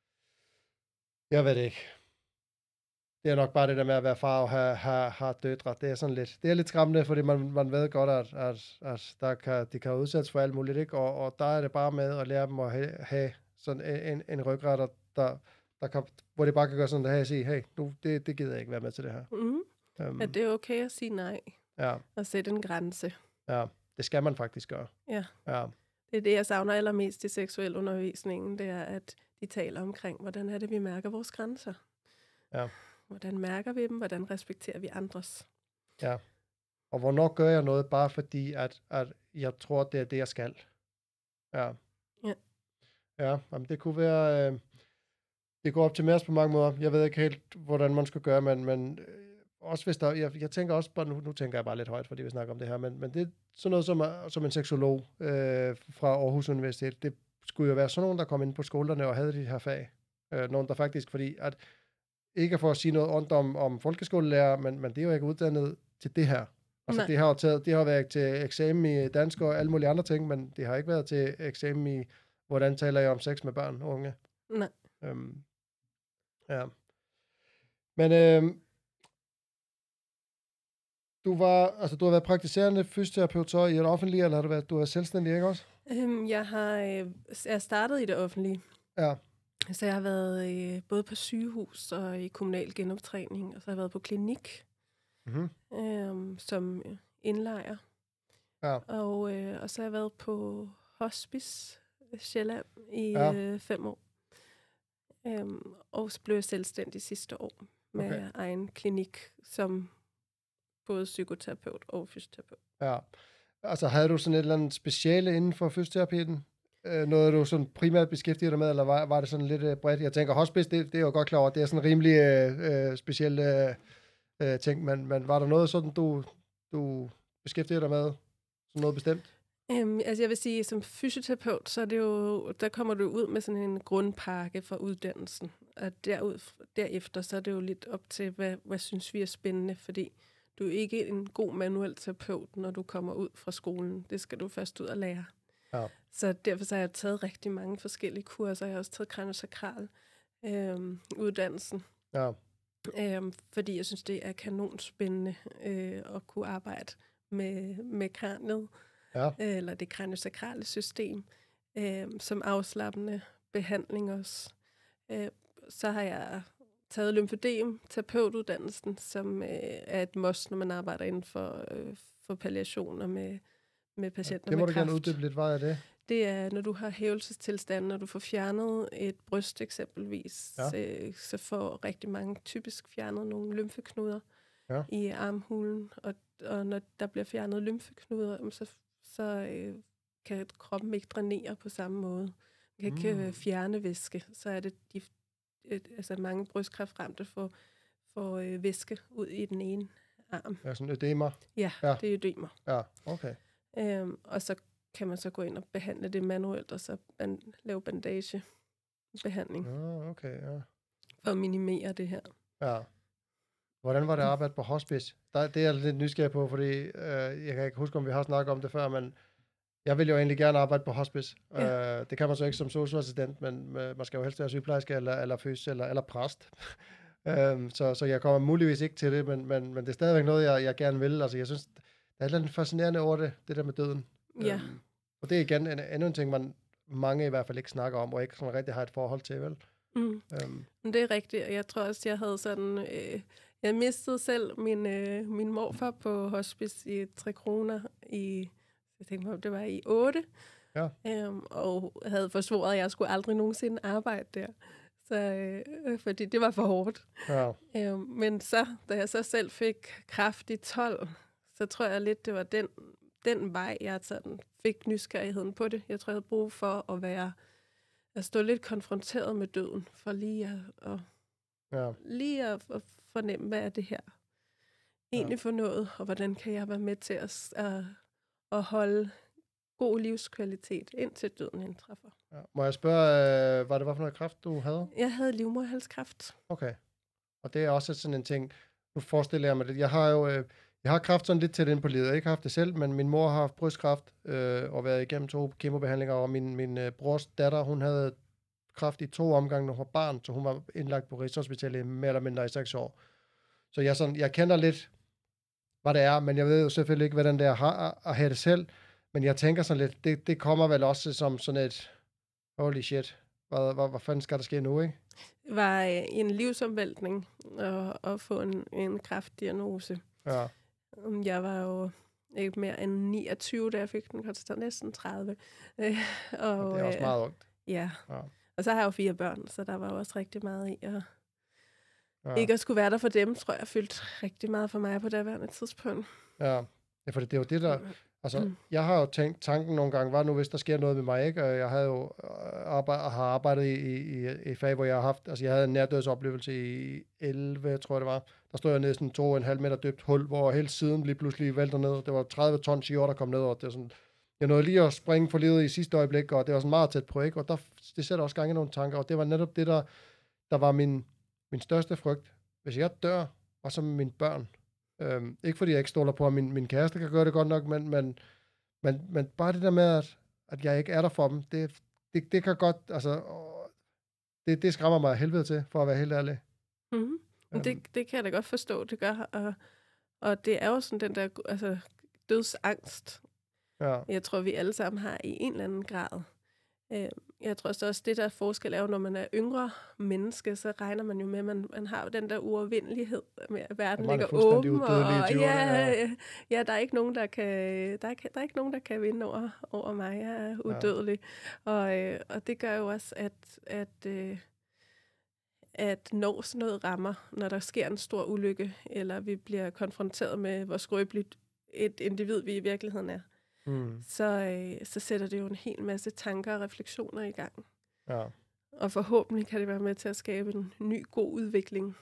jeg ved det ikke. Det er nok bare det der med at være far og have døtre. Det er sådan lidt, det er lidt skræmmende, fordi man ved godt, at de kan udsættes for alt muligt, ikke? Og der er det bare med at lære dem at have sådan en rygret, der kan, hvor det bare kan gøre sådan, at sige, hey, nu, det gider jeg ikke være med til det her. At det er okay at sige nej. Ja. Og sætte en grænse. Ja, det skal man faktisk gøre. Ja. Det er det, jeg savner allermest i seksuel undervisningen, det er, at de taler omkring, hvordan er det, vi mærker vores grænser. Ja. Hvordan mærker vi dem? Hvordan respekterer vi andres? Ja. Og hvornår gør jeg noget, bare fordi, at jeg tror, det er det, jeg skal? Ja. Ja, jamen det kunne være... det går op til os på mange måder. Jeg ved ikke helt, hvordan man skulle gøre, men også hvis der... Jeg tænker også bare... Nu tænker jeg bare lidt højt, fordi vi snakker om det her, men det er sådan noget som en seksolog fra Aarhus Universitet. Det skulle jo være sådan nogen, der kom ind på skolerne og havde de her fag. Nogen, der faktisk... Fordi at ikke for at sige noget ondt om folkeskolelærer, men det er jo ikke uddannet til det her. Altså, de har været til eksamen i dansk og alle mulige andre ting, men det har ikke været til eksamen i, hvordan taler jeg om sex med børn og unge. Nej. Ja. Men du har været praktiserende fysioterapeut så i det offentlige, eller har du været selvstændig, ikke også? Jeg startede i det offentlige. Ja. Så jeg har været både på sygehus og i kommunal genoptræning, og så har jeg været på klinik som indlejer. Ja. Og så har jeg været på hospice Sjælland i 5 år. Og så blev jeg selvstændig sidste år med egen klinik som både psykoterapeut og fysioterapeut. Ja. Altså havde du sådan et eller andet speciale inden for fysioterapien? Noget, du sådan primært beskæftiger dig med, eller var det sådan lidt bredt? Jeg tænker, hospice, det er jo godt klar over, det er sådan rimelig specielle ting, men var der noget sådan, du beskæftiger dig med? Sådan noget bestemt? Altså jeg vil sige, som fysioterapeut, så er det jo, der kommer du ud med sådan en grundpakke for uddannelsen. Og derefter, så er det jo lidt op til, hvad synes vi er spændende, fordi du er ikke en god manuel terapeut, når du kommer ud fra skolen. Det skal du først ud og lære. Ja. Så derfor så har jeg taget rigtig mange forskellige kurser. Jeg har også taget kraniosakral uddannelsen. Ja. Fordi jeg synes, det er kanonspændende at kunne arbejde med kraniet. Ja. Eller det kraniosakrale system, som afslappende behandling også. Så har jeg taget lymfødem, terapeutuddannelsen, som er et must, når man arbejder inden for palliationer med patienter Det må med du kræft. gerne uddybe lidt, hvad er det? Det er, når du har hævelsestilstand, når du får fjernet et bryst eksempelvis, så får rigtig mange typisk fjernet nogle lymfeknuder i armhulen, og når der bliver fjernet lymfeknuder, så kan kroppen ikke drænere på samme måde. Man kan ikke fjerne væske. Så er det altså mange brystkræftramte får væske ud i den ene arm. Ja, sådan ødemer. Ja, det er ødemer. Ja, okay. Og så kan man så gå ind og behandle det manuelt, og så lave bandagebehandling. Okay, ja. For at minimere det her. Ja. Hvordan var det at arbejde på hospice? Det er jeg lidt nysgerrig på, fordi jeg kan ikke huske, om vi har snakket om det før, men jeg vil jo egentlig gerne arbejde på hospice. Ja. Det kan man så ikke som sosu-assistent, men man skal jo helst være sygeplejerske, eller fys, eller præst. Så jeg kommer muligvis ikke til det, men det er stadigvæk noget, jeg gerne vil. Altså, jeg synes, der er et eller andet fascinerende over det der med døden. Ja. Og det er igen endnu en ting, mange i hvert fald ikke snakker om, og ikke sådan rigtig har et forhold til, vel? Det er rigtigt, og jeg tror også, jeg havde sådan... jeg mistede selv min morfar på hospice i 3 kroner jeg tænkte mig, det var i 8. Ja. Og havde forsvoret, at jeg skulle aldrig nogensinde arbejde der. Så, fordi det var for hårdt. Ja. Men så, da jeg så selv fik kræft i 12, så tror jeg lidt, det var den vej, jeg sådan fik nysgerrigheden på det. Jeg tror, jeg havde brug for at stå lidt konfronteret med døden, for lige at fornemme, hvad er det her egentlig for noget, og hvordan kan jeg være med til at holde god livskvalitet, indtil døden indtræffer. Ja. Må jeg spørge, hvad det var for noget kræft, du havde? Jeg havde livmoderhalskræft. Okay. Og det er også sådan en ting, nu forestiller jeg mig det. Jeg har kræft sådan lidt tæt ind på livet. Jeg har ikke haft det selv, men min mor har haft brystkræft og været igennem 2 kemobehandlinger, og min brors datter, hun havde kræft i 2 omgange, når hun var barn, så hun var indlagt på Rigshospitalet mere eller mindre i 6 år. Så jeg kender lidt, hvad det er, men jeg ved jo selvfølgelig ikke, hvordan det er at have det selv. Men jeg tænker sådan lidt, det kommer vel også som sådan et, holy shit, hvad fanden skal der ske nu, ikke? Det var en livsomvæltning at få en kræftdiagnose. Ja. Jeg var jo ikke mere end 29, da jeg fik den, konstateret næsten 30. Og det er også meget ungt. Ja. Og så har jeg jo 4 børn, så der var jo også rigtig meget i ikke at skulle være der for dem, tror jeg, fyldte rigtig meget for mig på daværende tidspunkt. Ja, for det er jo det, der... Altså, jeg har jo tænkt tanken nogle gange, hvad nu hvis der sker noget med mig, ikke? Og jeg havde jo arbejdet i fag, hvor jeg har haft... Altså, jeg havde en nærdødsoplevelse i 11, tror jeg det var. Der stod jeg nede i sådan 2,5 meter dybt hul, hvor hele siden lige pludselig vælter ned. Det var 30 tons jord, der kom ned, og det var sådan... Jeg nåede lige at springe for livet i sidste øjeblik, og det var sådan meget tæt på, ikke? Og det sætter også gang i nogle tanker, og det var netop det, der var min største frygt. Hvis jeg dør, og så med mine børn. Ikke fordi jeg ikke stoler på, at min kæreste kan gøre det godt nok, men bare det der med, at jeg ikke er der for dem, det kan godt, altså, det skræmmer mig af helvede til, for at være helt ærlig. Mm-hmm. Det kan jeg da godt forstå, det gør, og det er jo sådan den der dødsangst, jeg tror, vi alle sammen har i en eller anden grad. Jeg tror også, det der forskel er jo, når man er yngre menneske, så regner man jo med, at man har jo den der uovervindelighed med, at verden ligger åben. Ja, der er ikke nogen, der kan vinde over mig. Jeg er udødelig. Og det gør jo også, at når sådan noget rammer, når der sker en stor ulykke, eller vi bliver konfronteret med, hvor skrøbeligt et individ vi i virkeligheden er, så sætter det jo en hel masse tanker og refleksioner i gang. Ja. Og forhåbentlig kan det være med til at skabe en ny, god udvikling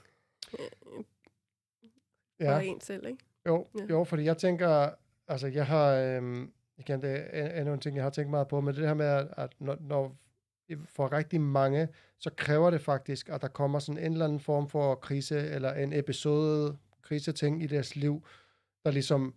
for en selv, ikke? Jo, fordi jeg tænker, altså jeg igen, det er endnu en ting, jeg har tænkt meget på, men det her med, at når for rigtig mange, så kræver det faktisk, at der kommer sådan en eller anden form for krise, eller en episode, kriseting i deres liv, der ligesom,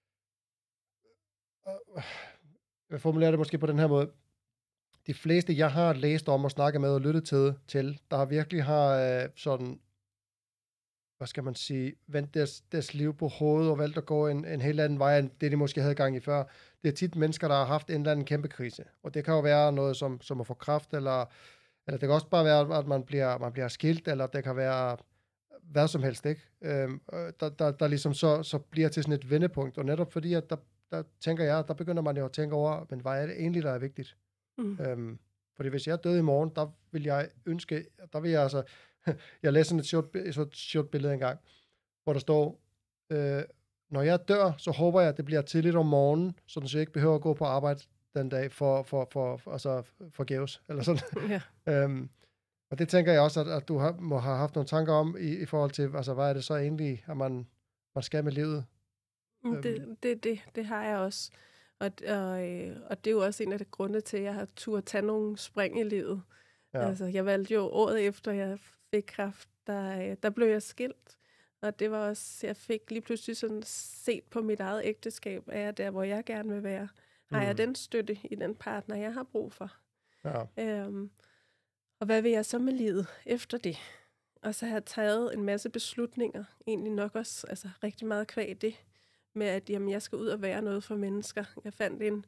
jeg formulerer det måske på den her måde, de fleste, jeg har læst om og snakket med og lyttet til der virkelig har sådan, hvad skal man sige, vendt deres liv på hovedet og valgt at gå en helt anden vej, end det de måske havde gang i før. Det er tit mennesker, der har haft en eller anden kæmpe krise. Og det kan jo være noget som at få kræft, eller det kan også bare være, at man bliver skilt, eller det kan være hvad som helst, ikke? Der ligesom så bliver til sådan et vendepunkt. Og netop fordi, at der tænker jeg, der begynder man jo at tænke over, men hvad er det egentlig, der er vigtigt? Fordi hvis jeg er død i morgen, der vil jeg ønske, der vil jeg altså, jeg læste sådan et short billede engang, hvor der står, når jeg dør, så håber jeg, at det bliver tidligt om morgenen, så jeg ikke behøver at gå på arbejde den dag for gæves, eller sådan. Ja. Og det tænker jeg også, at du må have haft nogle tanker om, i forhold til, altså hvad er det så egentlig, at man skal med livet? Det har jeg også. Og det er jo også en af de grunde til, at jeg har turde tage nogle spring i livet. Ja. Altså, jeg valgte jo året efter, jeg fik kræft, der blev jeg skilt. Og det var også, jeg fik lige pludselig sådan set på mit eget ægteskab, er jeg der, hvor jeg gerne vil være? Har jeg den støtte i den partner, jeg har brug for? Ja. Og hvad vil jeg så med livet efter det? Og så har jeg taget en masse beslutninger, egentlig nok også altså rigtig meget kvæg det, med at jamen, jeg skal ud og være noget for mennesker. Jeg fandt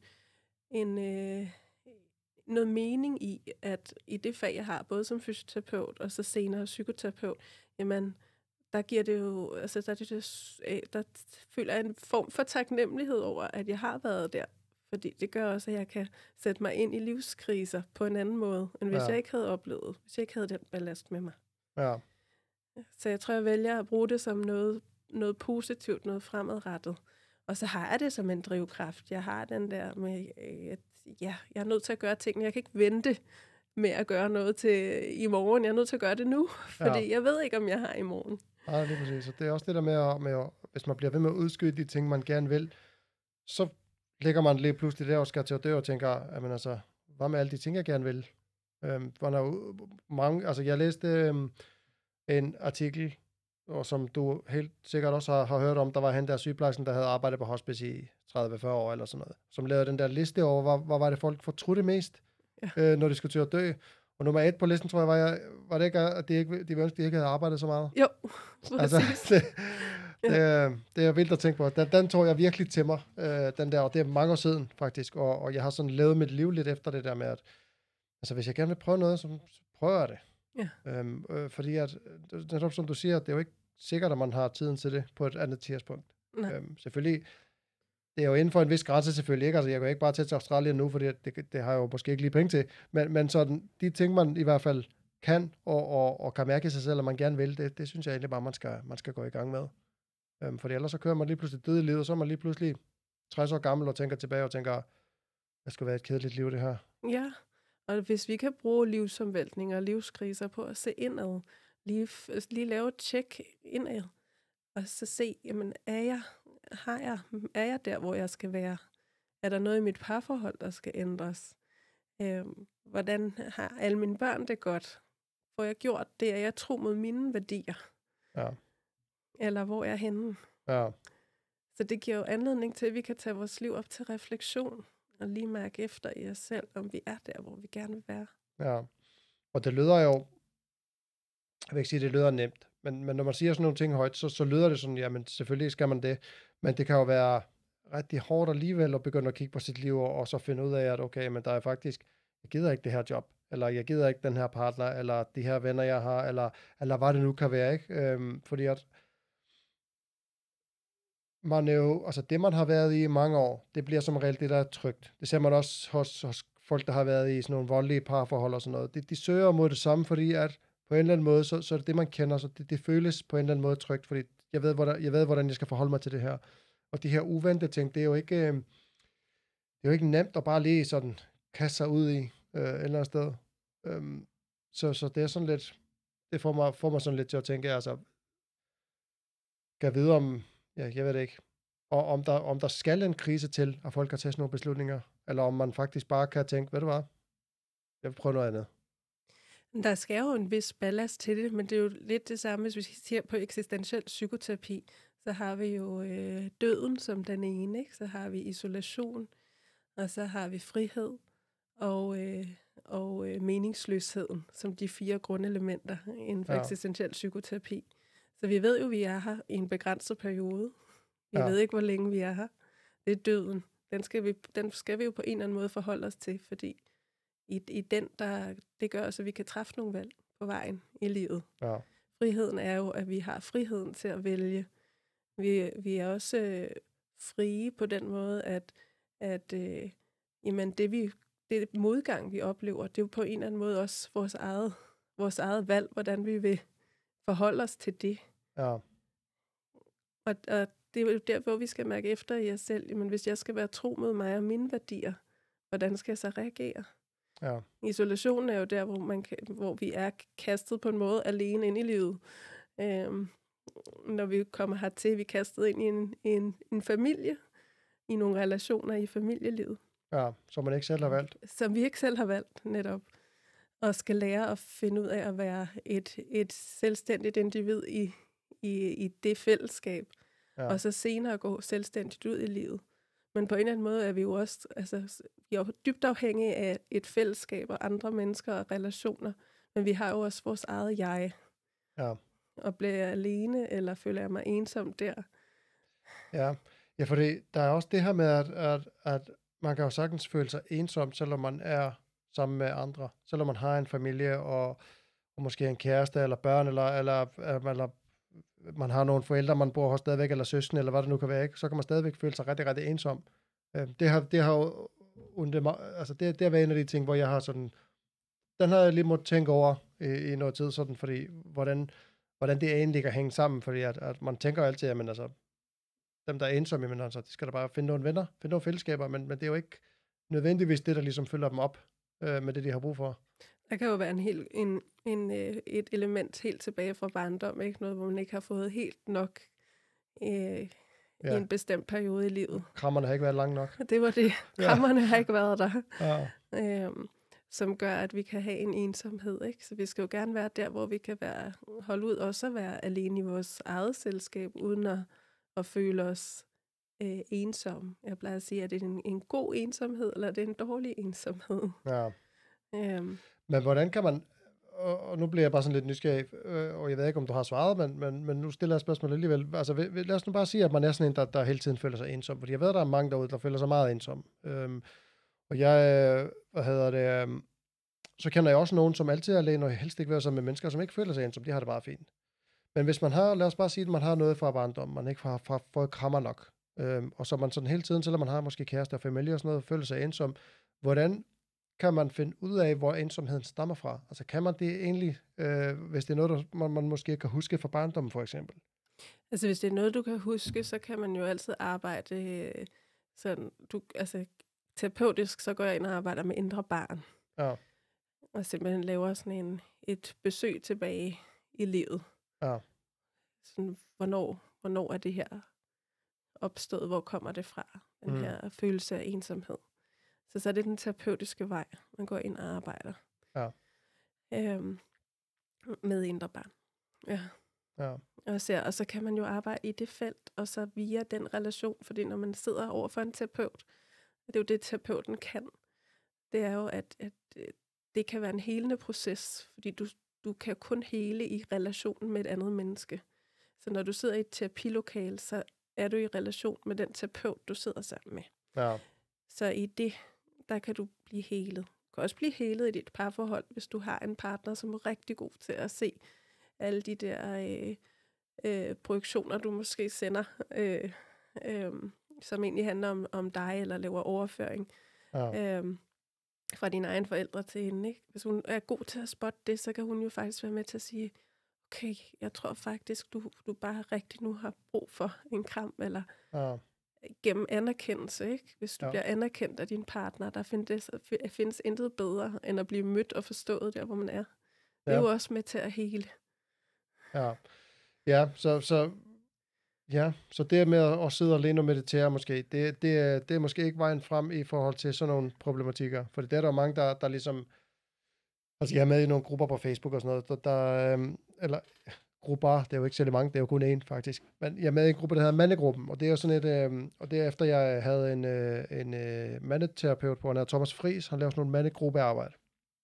noget mening i, at i det fag, jeg har, både som fysioterapeut og så senere psykoterapeut, jamen, der giver det jo, altså der føler jeg en form for taknemmelighed over, at jeg har været der. Fordi det gør også, at jeg kan sætte mig ind i livskriser på en anden måde, end hvis jeg ikke havde oplevet, hvis jeg ikke havde den ballast med mig. Ja. Så jeg tror, jeg vælger at bruge det som noget positivt, noget fremadrettet. Og så har jeg det som en drivkraft. Jeg har den der med, at jeg er nødt til at gøre tingene. Jeg kan ikke vente med at gøre noget til i morgen. Jeg er nødt til at gøre det nu, fordi jeg ved ikke, om jeg har i morgen. Ja, lige præcis. Så det er også det der med at hvis man bliver ved med at udskyde de ting, man gerne vil, så ligger man lige pludselig der og skal til at dø og tænker, jamen altså, hvad med alle de ting, jeg gerne vil? Jeg læste en artikel, og som du helt sikkert også har hørt om, der var han der sygeplejersken, der havde arbejdet på hospice i 30-40 år eller sådan noget, som lavede den der liste over, hvad var det folk fortrudte mest, når de skulle til at dø. Og nummer 1 på listen, tror jeg, var det ikke, at de ikke havde arbejdet så meget? Jo, altså, det er vildt at tænke på. Den tror jeg virkelig til mig, den der, og det er mange år siden faktisk, og jeg har sådan levet mit liv lidt efter det der med, at altså, hvis jeg gerne vil prøve noget, så prøver jeg det. Ja. Fordi at, netop som du siger, det er jo ikke sikkert, at man har tiden til det på et andet tidspunkt. Selvfølgelig, det er jo inden for en vis grænse selvfølgelig ikke, altså jeg går ikke bare til Australien nu, fordi det har jeg jo måske ikke lige penge til, men sådan, de ting, man i hvert fald kan, og kan mærke sig selv, at man gerne vil, det synes jeg egentlig bare, man skal gå i gang med. Fordi ellers så kører man lige pludselig død i livet, og så er man lige pludselig 60 år gammel og tænker tilbage og tænker, det skulle være et kedeligt liv, det her. Ja, og hvis vi kan bruge livsomvæltninger og livskriser på at se indad, lige lave et tjek indad, og så se, jamen, er jeg der, hvor jeg skal være? Er der noget i mit parforhold, der skal ændres? Hvordan har alle mine børn det godt? Får jeg gjort det, at jeg tror mod mine værdier? Ja. Eller hvor er jeg henne? Ja. Så det giver jo anledning til, at vi kan tage vores liv op til refleksion, og lige mærke efter i os selv, om vi er der, hvor vi gerne vil være. Ja, og det lyder jo, jeg vil ikke sige, det lyder nemt, men når man siger sådan nogle ting højt, så lyder det sådan, jamen selvfølgelig skal man det, men det kan jo være rigtig hårdt alligevel at begynde at kigge på sit liv, og så finde ud af, at okay, men der er faktisk, jeg gider ikke det her job, eller jeg gider ikke den her partner, eller de her venner, jeg har, eller hvad det nu kan være, ikke? Fordi at man er jo, altså det man har været i mange år, det bliver som regel det, der er trygt. Det ser man også hos folk, der har været i sådan nogle voldelige parforhold og sådan noget. De søger mod det samme, fordi at på en eller anden måde, så er det det, man kender, så det føles på en eller anden måde trygt, fordi jeg ved, hvordan jeg skal forholde mig til det her. Og de her uventede ting, det er jo ikke nemt at bare lige sådan kaste sig ud i et eller andet sted. Så det er sådan lidt, det får mig sådan lidt til at tænke, altså, kan jeg vide om, ja, jeg ved det ikke, og om der skal en krise til, at folk kan tage sådan nogle beslutninger, eller om man faktisk bare kan tænke, ved du hvad, jeg vil prøve noget andet. Der skal jo en vis ballast til det, men det er jo lidt det samme, hvis vi ser på eksistentiel psykoterapi. Så har vi jo døden som den ene, ikke? Så har vi isolation, og så har vi frihed og meningsløsheden som de 4 grundelementer inden for eksistentiel psykoterapi. Så vi ved jo, at vi er her i en begrænset periode. Vi ved ikke, hvor længe vi er her. Det er døden. Den skal vi jo på en eller anden måde forholde os til, fordi i den, det gør også, at vi kan træffe nogle valg på vejen i livet. Ja. Friheden er jo, at vi har friheden til at vælge. Vi er også frie på den måde, at jamen det modgang, vi oplever, det er jo på en eller anden måde også vores eget valg, hvordan vi vil forholde os til det. Ja. Og det er jo der, hvor vi skal mærke efter i os selv. Men hvis jeg skal være tro mod mig og mine værdier, hvordan skal jeg så reagere? Ja. Isolationen er jo der, hvor vi er kastet på en måde alene ind i livet. Når vi kommer hertil, vi er kastet ind i en familie, i nogle relationer i familielivet. Ja, som man ikke selv har valgt. Som vi ikke selv har valgt, netop. Og skal lære at finde ud af at være et selvstændigt individ i det fællesskab. Ja. Og så senere gå selvstændigt ud i livet. Men på en eller anden måde er vi jo også vi er jo dybt afhængige af et fællesskab og andre mennesker og relationer. Men vi har jo også vores eget jeg. Ja. Og bliver jeg alene, eller føler jeg mig ensom der? Ja, fordi der er også det her med, at man kan jo sagtens føle sig ensom, selvom man er sammen med andre. Selvom man har en familie og måske en kæreste eller børn, eller man har nogle forældre, man bor hos stadigvæk, eller søskende, eller hvad det nu kan være, ikke? Så kan man stadigvæk føle sig rigtig, rigtig ensom. Det har jo altså det har været en af de ting, hvor jeg har sådan, den har jeg lige måttet tænke over i noget tid, sådan, fordi hvordan det egentlig kan hænge sammen, fordi at man tænker altid, at altså, dem, der er ensomme, men altså, de skal da bare finde nogle venner, finde nogle fællesskaber, men det er jo ikke nødvendigvis det, der ligesom følger dem op med det, de har brug for. Der kan jo være et element helt tilbage fra barndom, ikke? Noget, hvor man ikke har fået helt nok i en bestemt periode i livet. Krammerne har ikke været langt nok. Det var det. Krammerne har ikke været der. Ja. Som gør, at vi kan have en ensomhed, ikke? Så vi skal jo gerne være der, hvor vi kan holde ud også at være alene i vores eget selskab, uden at føle os ensomme. Jeg plejer at sige, at det er en god ensomhed, eller det er en dårlig ensomhed. Ja. Men hvordan kan man, og nu bliver jeg bare sådan lidt nysgerrig, og jeg ved ikke, om du har svaret, men nu stiller jeg spørgsmålet alligevel. Altså, lad os nu bare sige, at man er sådan en, der hele tiden føler sig ensom, fordi jeg ved, at der er mange derude, der føler sig meget ensom. Og jeg, så kender jeg også nogen, som altid er alene, og helst ikke være sammen med mennesker, som ikke føler sig ensom, de har det bare fint. Men hvis man har, lad os bare sige, at man har noget fra barndom, man ikke har fået krammer nok, og så man sådan hele tiden, selvom man har måske kæreste og familie og sådan noget, føler sig ensom, hvordan kan man finde ud af, hvor ensomheden stammer fra? Altså kan man det egentlig, hvis det er noget, man måske kan huske fra barndommen for eksempel? Altså hvis det er noget, du kan huske, så kan man jo altid arbejde sådan, terapeutisk, så går jeg ind og arbejder med indre barn. Ja. Og simpelthen laver sådan et besøg tilbage i livet. Ja. Sådan, hvornår er det her opstået? Hvor kommer det fra? Den her følelse af ensomhed. Så er det den terapeutiske vej, man går ind og arbejder. Ja. Med indre barn. Ja. Ja. Og så kan man jo arbejde i det felt, og så via den relation, fordi når man sidder over for en terapeut, det er jo det, terapeuten kan, det er jo, at det kan være en helende proces, fordi du kan kun hele i relationen med et andet menneske. Så når du sidder i et terapilokale, så er du i relation med den terapeut, du sidder sammen med. Ja. Så i det, der kan du blive helet. Du kan også blive helet i dit parforhold, hvis du har en partner, som er rigtig god til at se alle de der projektioner, du måske sender, som egentlig handler om dig, eller laver overføring fra dine egne forældre til hende. Ikke? Hvis hun er god til at spotte det, så kan hun jo faktisk være med til at sige, okay, jeg tror faktisk, du bare rigtig nu har brug for en kram, eller gennem anerkendelse, ikke? Hvis du bliver anerkendt af din partner, der findes intet bedre, end at blive mødt og forstået der, hvor man er. Det er jo også med til at hele. Ja, så Ja, så det med at sidde alene og meditere måske, det er måske ikke vejen frem i forhold til sådan nogle problematikker. For det er der mange, der ligesom... Altså, jeg er med i nogle grupper på Facebook og sådan noget, eller grupper, det er jo ikke særlig mange, det er jo kun én faktisk. Men jeg er med i en gruppe, der hedder Mandegruppen, og det er jo sådan og det er efter jeg havde en mandeterapeut på, han hedder Thomas Friis, han laver sådan nogle mandegruppearbejde.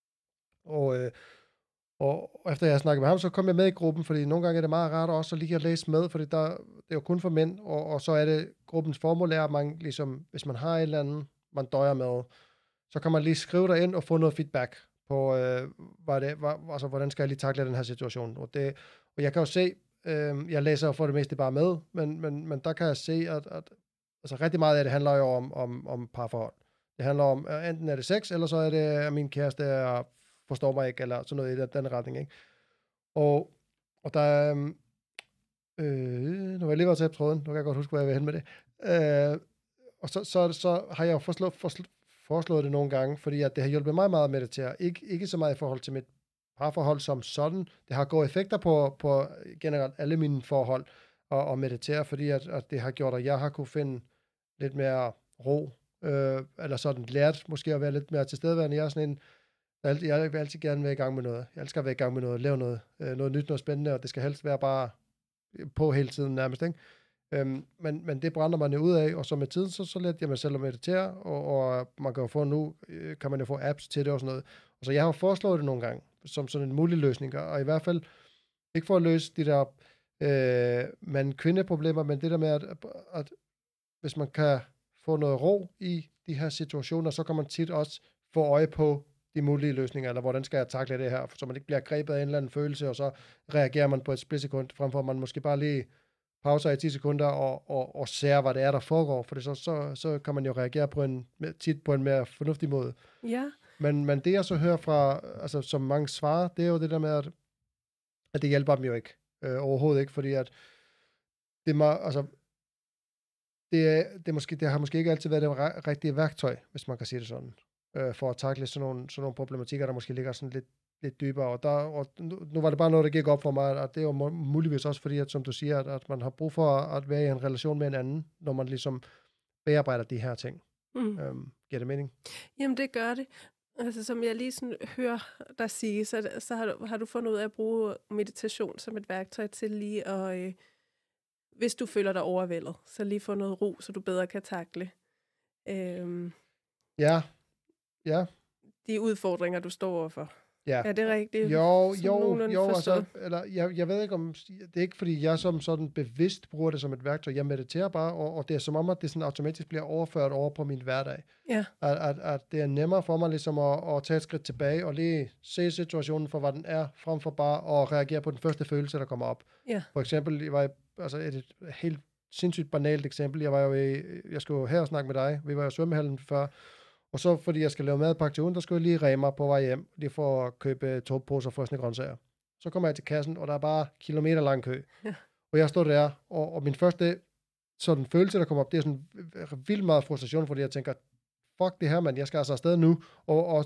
Og efter jeg snakkede med ham, så kom jeg med i gruppen, fordi nogle gange er det meget rart også at lige at læse med, fordi det er jo kun for mænd, og så er det gruppens formål er, at man ligesom, hvis man har et eller andet, man døjer med, så kan man lige skrive derind og få noget feedback på, altså, hvordan skal jeg lige takle den her situation. Og jeg kan jo se, jeg læser for det meste bare med, men der kan jeg se, at altså, rigtig meget af det handler jo om parforhold. Det handler om, enten er det sex, eller så er det, at min kæreste forstår mig ikke, eller sådan noget i den retning, ikke? Og der nu har jeg lige været til tråden, nu kan jeg godt huske, hvor jeg vil hen med det. Og så har jeg jo foreslået det nogle gange, fordi at det har hjulpet mig meget at meditere. Ikke så meget i forhold til mit parforhold som sådan. Det har gode effekter på generelt alle mine forhold at meditere, fordi at det har gjort, at jeg har kunne finde lidt mere ro, eller sådan lært måske at være lidt mere tilstedeværende. Jeg er sådan en, jeg vil altid gerne være i gang med noget. Jeg elsker at være i gang med noget, lave noget nyt, noget spændende, og det skal helst være bare på hele tiden nærmest, ikke? Men det brænder man jo ud af, og så med tiden, så lærte jeg mig selv at meditere, og man kan jo få nu, kan man jo få apps til det og sådan noget. Og så jeg har foreslået det nogle gange, som sådan en mulig løsning, og i hvert fald ikke for at løse de der mand-kvinde-problemer, men det der med, at hvis man kan få noget ro i de her situationer, så kan man tit også få øje på de mulige løsninger, eller hvordan skal jeg takle det her, så man ikke bliver grebet af en eller anden følelse, og så reagerer man på et splitsekund, frem for at man måske bare lige pauser i 10 sekunder og ser, hvad det er, der foregår, for så kan man jo reagere tit på en mere fornuftig måde. Ja. Men det, jeg så hører fra, altså som mange svarer, det er jo det der med, at det hjælper dem jo ikke. Overhovedet ikke, fordi at det har måske ikke altid været det rigtige værktøj, hvis man kan sige det sådan, for at takle sådan nogle problematikker, der måske ligger sådan lidt dybere, og nu var det bare noget, der gik op for mig, at det er jo muligvis også fordi, at som du siger, at man har brug for at være i en relation med en anden, når man ligesom bearbejder de her ting. Giver det mening? Jamen, det gør det. Altså, som jeg lige sådan hører dig sige, så har du fundet ud af at bruge meditation som et værktøj til lige at, hvis du føler dig overvældet, så lige få noget ro, så du bedre kan takle Ja. de udfordringer, du står overfor. Ja. Er det rigtigt? Jo, altså, eller jeg ved ikke om, det er ikke fordi jeg som sådan bevidst bruger det som et værktøj, jeg mediterer bare, og det er som om, at det sådan automatisk bliver overført over på min hverdag. Ja. At det er nemmere for mig ligesom at tage et skridt tilbage, og lige se situationen for, hvad den er, frem for bare at reagere på den første følelse, der kommer op. Ja. For eksempel, et helt sindssygt banalt eksempel, jeg skulle jo her og snakke med dig, vi var jo i svømmehallen før, og så, fordi jeg skal lave madpakke til ugen, der skulle jeg lige ræme mig på vej hjem, lige for at købe 2 poser frosne grøntsager. Så kommer jeg til kassen, og der er bare kilometer lang kø. Ja. Og jeg står der, og min første sådan følelse, der kommer op, det er sådan vildt meget frustration, fordi jeg tænker, fuck det her, mand, jeg skal altså afsted nu. Og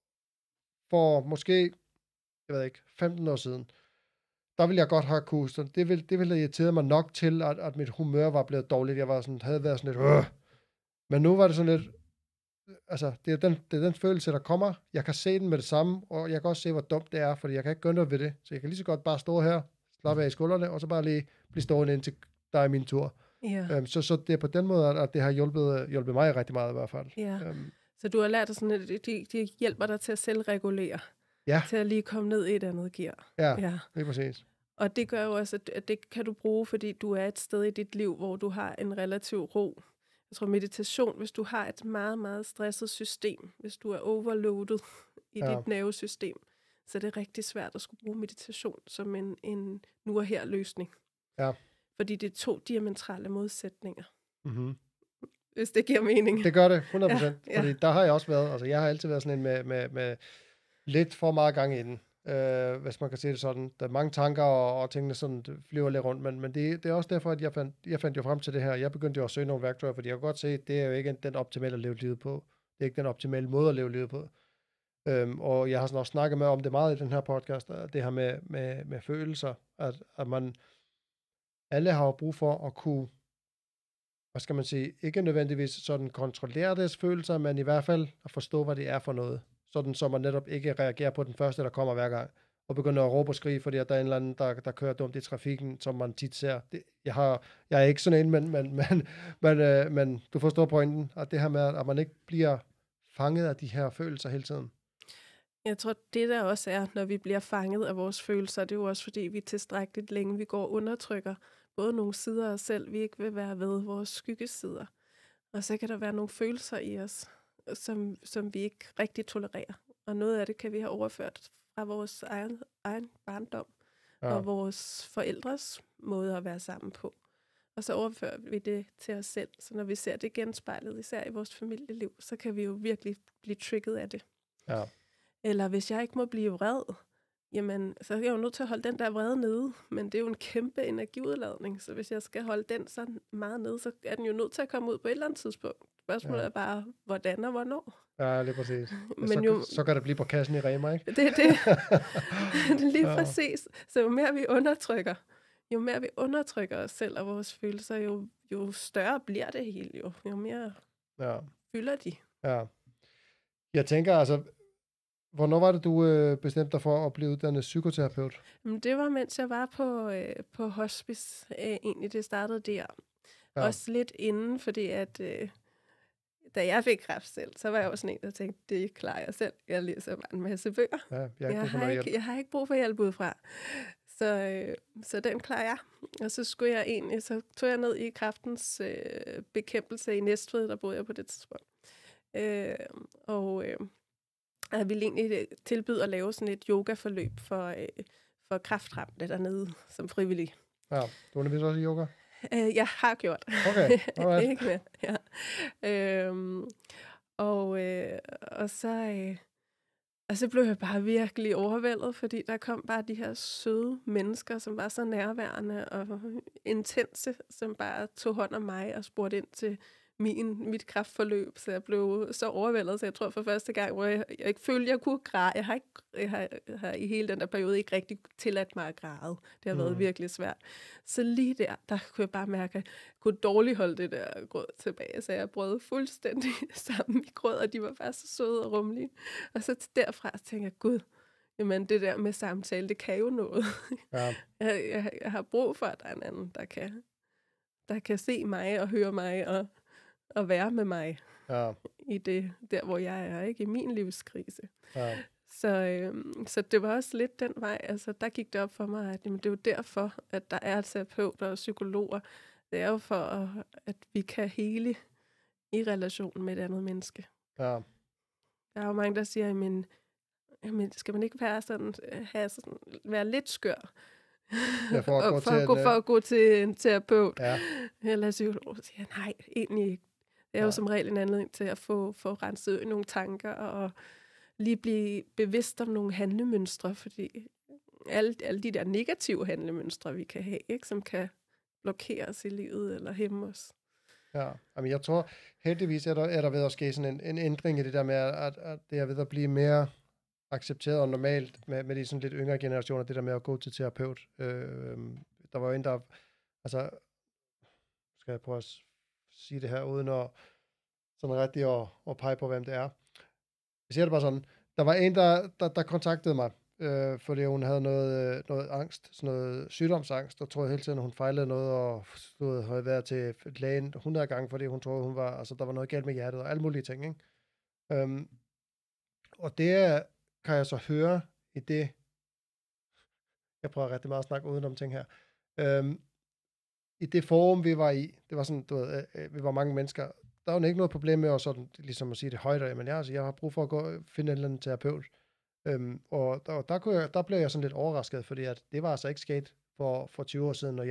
for måske, jeg ved ikke, 15 år siden, der ville jeg godt have kunne, så det ville have irriteret mig nok til, at mit humør var blevet dårligt. Jeg havde været sådan lidt, Men nu var det sådan lidt, altså, det er den følelse, der kommer. Jeg kan se den med det samme, og jeg kan også se, hvor dumt det er, fordi jeg kan ikke gøre noget ved det. Så jeg kan lige så godt bare stå her, slappe af i skuldrene, og så bare lige blive stående indtil der er min tur. Ja. Så det er på den måde, at det har hjulpet mig rigtig meget i hvert fald. Ja. Så du har lært dig sådan, at de hjælper dig til at selvregulere. Ja. Til at lige komme ned i et andet gear. Ja, det er præcis. Og det gør jo også, at det kan du bruge, fordi du er et sted i dit liv, hvor du har en relativ ro. Jeg tror, meditation, hvis du har et meget, meget stresset system, hvis du er overloadet i dit nervesystem, så er det rigtig svært at skulle bruge meditation som en nu og her løsning. Ja. Fordi det er 2 diametrale modsætninger. Mm-hmm. Hvis det giver mening. Det gør det, 100%. Ja. Fordi der har jeg også været, altså jeg har altid været sådan en med lidt for meget gang i den. Hvis man kan sige det sådan. Der er mange tanker, og tingene sådan flyver lidt rundt, men det er også derfor, at jeg fandt jo frem til det her. Jeg begyndte jo at søge nogle værktøjer, fordi jeg kunne godt se, at det er jo ikke den optimale at leve livet på. Det er ikke den optimale måde at leve livet på. Og jeg har sådan også snakket med om det meget i den her podcast, det her med følelser, at man alle har jo brug for at kunne, hvad skal man sige, ikke nødvendigvis sådan kontrollere deres følelser, men i hvert fald at forstå, hvad det er for noget. Sådan, så man netop ikke reagerer på den første, der kommer hver gang, og begynder at råbe og skrige, fordi at der er en eller anden, der kører dumt i trafikken, som man tit ser. Jeg er ikke sådan en, men du forstår pointen, at det her med, at man ikke bliver fanget af de her følelser hele tiden. Jeg tror, det der også er, når vi bliver fanget af vores følelser, det er jo også fordi, vi tilstrækkeligt længe, vi går og undertrykker både nogle sider af os selv, vi ikke vil være ved, vores skyggesider. Og så kan der være nogle følelser i os, som vi ikke rigtig tolererer. Og noget af det kan vi have overført fra vores egen barndom og vores forældres måde at være sammen på. Og så overfører vi det til os selv. Så når vi ser det genspejlet, især i vores familieliv, så kan vi jo virkelig blive trigget af det. Ja. Eller hvis jeg ikke må blive vred, jamen, så er jeg jo nødt til at holde den der vrede nede. Men det er jo en kæmpe energiudladning, så hvis jeg skal holde den så meget nede, så er den jo nødt til at komme ud på et eller andet tidspunkt. Spørgsmålet er bare, hvordan og hvornår. Ja, lige præcis. Men så kan det blive på kassen i Rema, ikke? Det er det. Det er lige præcis. Så jo mere vi undertrykker os selv og vores følelser, jo større bliver det hele, jo mere fylder de. Ja. Jeg tænker altså, hvornår var det, du bestemte dig for at blive uddannet psykoterapeut? Det var, mens jeg var på hospice. Egentlig, det startede der. Ja. Også lidt inden, fordi at da jeg fik kræft selv, så var jeg også en, der tænkte, det klarer jeg selv. Jeg læser bare en masse bøger. Ja, jeg har ikke brug for hjælp udefra. Så den klarer jeg. Og så så tog jeg ned i kræftens bekæmpelse i Næstved, der boede jeg på det tidspunkt. Jeg ville egentlig tilbyde at lave sådan et yogaforløb for kræftramte dernede som frivillig. Ja, du underviser også i yoga? Jeg har gjort. Okay, alright. Ikke mere, ja. Og så blev jeg bare virkelig overvældet, fordi der kom bare de her søde mennesker, som var så nærværende og intense, som bare tog hånd om mig og spurgte ind til mit kræftforløb, så jeg blev så overvældet, så jeg tror for første gang, hvor jeg ikke følte, jeg kunne græde. Jeg har i hele den der periode ikke rigtig tilladt mig at græde. Det har været virkelig svært. Så lige der kunne jeg bare mærke, at jeg kunne dårligt holde det der gråd tilbage, så jeg brød fuldstændig sammen i gråd, og de var bare så søde og rummelige. Og så derfra tænkte jeg, gud, jamen det der med samtale, det kan jo noget. Ja. Jeg har brug for, at der er en anden, der kan se mig og høre mig og være med mig i det, der hvor jeg er, ikke? I min livskrise. Ja. Så det var også lidt den vej, altså der gik det op for mig, at jamen, det er jo derfor, at der er terapeuter og psykologer. Det er jo for, at vi kan hele i relation med et andet menneske. Ja. Der er jo mange, der siger, jamen skal man ikke være lidt skør? Ja, for at gå til en terapeut. Ja. Eller psykolog siger, nej, egentlig ikke. Det er jo som regel en anledning til at få renset nogle tanker og lige blive bevidst om nogle handlemønstre, fordi alle de der negative handlemønstre, vi kan have, ikke, som kan blokere os i livet eller hæmme os. Ja, jamen jeg tror heldigvis er der ved at ske sådan en ændring i det der med, at det er ved at blive mere accepteret og normalt med de sådan lidt yngre generationer, det der med at gå til terapeut. Der var jo en, der, altså, skal jeg prøve at sige det her, uden at sådan rigtig at pege på, hvem det er. Jeg siger det bare sådan, der var en, der kontaktede mig, fordi hun havde noget angst, sådan noget sygdomsangst, og troede hele tiden, at hun fejlede noget, og havde været til lægen 100 gange, fordi hun troede, hun var, altså der var noget galt med hjertet, og alle mulige ting, ikke? Og det kan jeg så høre i det, jeg prøver rigtig meget at snakke udenom ting her, i det forum, vi var i, det var sådan, du ved, vi var mange mennesker, der var ikke noget problem med at sådan, ligesom at sige det højt, men jeg har brug for at gå og finde en eller anden terapeut. Og der blev jeg sådan lidt overrasket, fordi at det var altså ikke sket for 20 år siden, når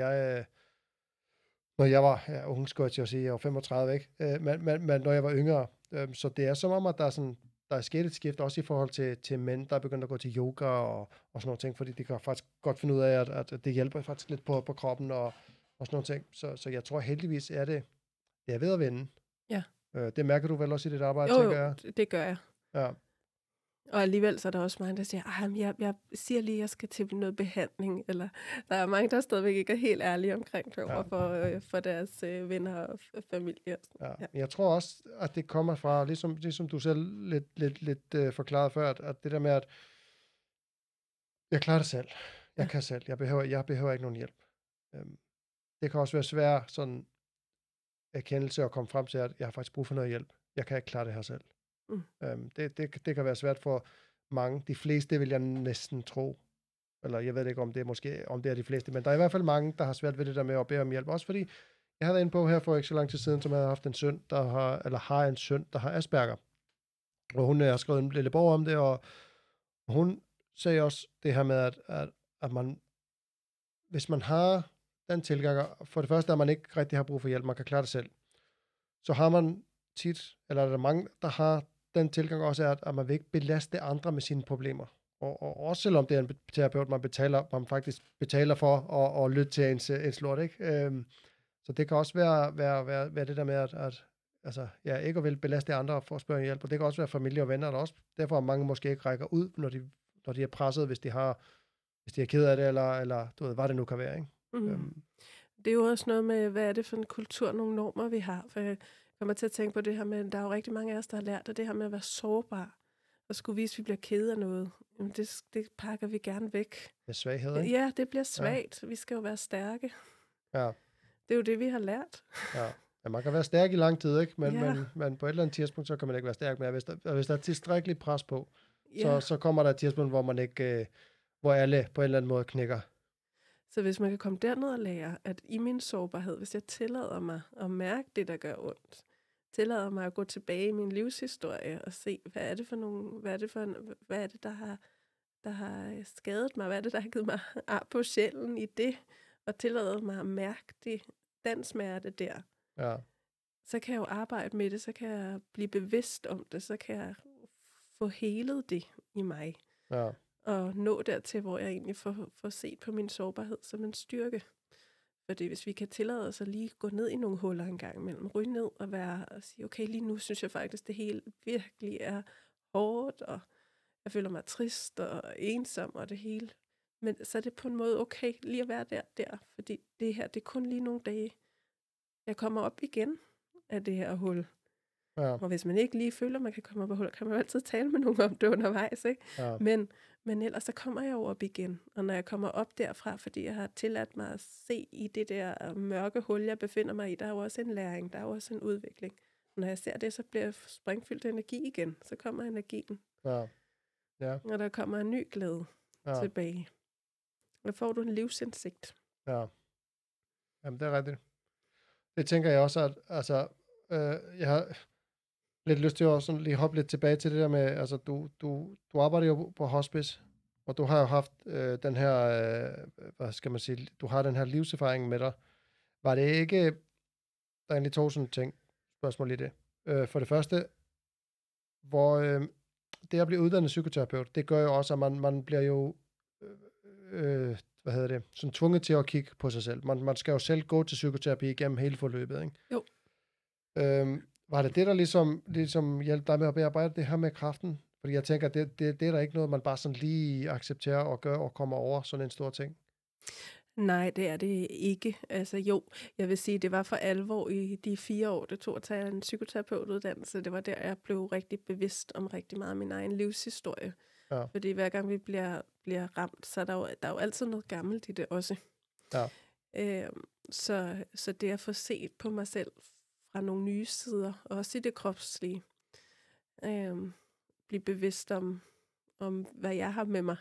jeg var ung, skulle jeg til at sige, jeg var 35, ikke? Men når jeg var yngre. Så det er som om, at der er sket et skift, også i forhold til mænd, der er begyndt at gå til yoga og sådan nogle ting, fordi de kan faktisk godt finde ud af, at det hjælper faktisk lidt på kroppen og sådan nogle ting. Så jeg tror heldigvis, det er ved at vende. Ja. Det mærker du vel også i dit arbejde, jo, tænker jeg? det gør jeg. Ja. Og alligevel så er der også mange, der siger, jeg siger lige, at jeg skal til noget behandling. Eller der er mange, der stadigvæk ikke er helt ærlige omkring det over for deres venner og familie. Ja. Jeg tror også, at det kommer fra, ligesom du selv lidt forklarede før, at det der med, at jeg klarer det selv. Jeg kan selv. Jeg behøver ikke nogen hjælp. Det kan også være svært sådan erkendelse at komme frem til, at jeg har faktisk brug for noget hjælp. Jeg kan ikke klare det her selv. Det kan være svært for mange. De fleste vil jeg næsten tro. Eller jeg ved ikke, om det er de fleste, men der er i hvert fald mange, der har svært ved det der med at bede om hjælp. Også fordi, jeg havde en på her for ikke så lang tid siden, som havde haft en søn, har en søn, der har Asperger. Og hun har skrevet en lille bog om det, og hun sagde også det her med, at man, hvis man har den tilgang, for det første, at man ikke rigtig har brug for hjælp, man kan klare det selv, så har man tit, eller er der mange, der har den tilgang også, at man vil ikke belaste andre med sine problemer. Og også selvom det er en terapeut, man faktisk betaler for at lytte til ens lort, ikke? Så det kan også være det der med, at altså, ikke at vil belaste andre for at spørge hjælp, og det kan også være familie og venner, der også derfor er mange måske ikke rækker ud, når de er presset, hvis de er ked af det, eller du ved, hvad det nu kan være, ikke? Det er jo også noget med, hvad er det for en kultur, nogle normer, vi har, for jeg kommer til at tænke på det her med, der er jo rigtig mange af os, der har lært det her med at være sårbar, og skulle vise, at vi bliver ked af noget. Jamen det pakker vi gerne væk. Det er svaghed, ikke? Ja, det bliver svagt. Ja. Vi skal jo være stærke. Ja. Det er jo det, vi har lært. Ja. Man kan være stærk i lang tid, ikke? Men på et eller andet tidspunkt, så kan man ikke være stærk mere. Hvis der er tilstrækkeligt pres på, så kommer der et tidspunkt, hvor man ikke, hvor alle på en eller anden måde knækker. Så hvis man kan komme derned og lære, at i min sårbarhed, hvis jeg tillader mig at mærke det, der gør ondt, tillader mig at gå tilbage i min livshistorie og se, hvad er det, der har skadet mig, hvad er det, der har givet mig ar på sjælen i det, og tillader mig at mærke det, den smerte der. Ja. Så kan jeg jo arbejde med det, så kan jeg blive bevidst om det, så kan jeg få helet det i mig. Ja. Og nå dertil, hvor jeg egentlig får set på min sårbarhed som en styrke. Fordi hvis vi kan tillade os at lige gå ned i nogle huller en gang imellem, ryge ned og sige, okay, lige nu synes jeg faktisk, det hele virkelig er hårdt, og jeg føler mig trist og ensom og det hele. Men så er det på en måde okay lige at være der, fordi det her, det er kun lige nogle dage. Jeg kommer op igen af det her hul. Ja. Og hvis man ikke lige føler, at man kan komme op af hul, kan man jo altid tale med nogen om det undervejs, ikke? Ja. Men ellers så kommer jeg jo op igen. Og når jeg kommer op derfra, fordi jeg har tilladt mig at se i det der mørke hul, jeg befinder mig i, der er jo også en læring, der er jo også en udvikling. Når jeg ser det, så bliver jeg sprængfyldt energi igen. Så kommer energien. Ja. Ja. Og der kommer en ny glæde tilbage. Og får du en livsindsigt. Ja. Jamen, det er rigtigt. Det tænker jeg også, at altså, jeg har lidt lyst til at sådan lige hoppe lidt tilbage til det der med, altså du arbejder jo på hospice, og du har jo haft den her, hvad skal man sige, du har den her livserfaring med dig. Var det ikke, der er egentlig to sådan spørgsmål i det. For det første, hvor det at blive uddannet psykoterapeut, det gør jo også, at man bliver jo, sådan tvunget til at kigge på sig selv. Man skal jo selv gå til psykoterapi igennem hele forløbet, ikke? Jo. Var det der ligesom hjalp dig med at bearbejde det her med kraften? Fordi jeg tænker, det er der ikke noget, man bare sådan lige accepterer og gør og kommer over sådan en stor ting. Nej, det er det ikke. Altså jo, jeg vil sige, det var for alvor i de 4 år, det tog at tage en psykoterapeutuddannelse. Det var der, jeg blev rigtig bevidst om rigtig meget af min egen livshistorie. Ja. Fordi hver gang vi bliver ramt, så er der er jo altid noget gammelt i det også. Ja. Så det at få set på mig selv fra nogle nye sider, også i det kropslige. Blive bevidst om, hvad jeg har med mig.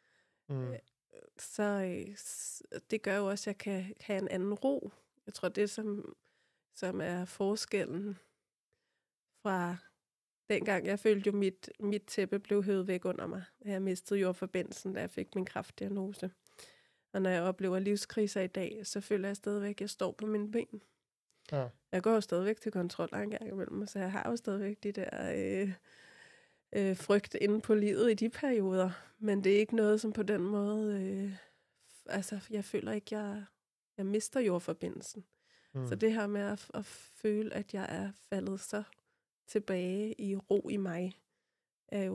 Så det gør jo også, at jeg kan have en anden ro. Jeg tror, det som er forskellen fra dengang, jeg følte jo, mit tæppe blev hævet væk under mig. Jeg mistede jordforbindelsen, da jeg fik min kræftdiagnose. Og når jeg oplever livskriser i dag, så føler jeg stadigvæk, at jeg står på mine ben. Ja. Jeg går jo stadigvæk til kontrol en gang imellem, så jeg har jo stadigvæk de der frygt inde på livet i de perioder. Men det er ikke noget, som på den måde... jeg føler ikke, jeg mister jordforbindelsen. Så det her med at føle, at jeg er faldet så tilbage i ro i mig, er jo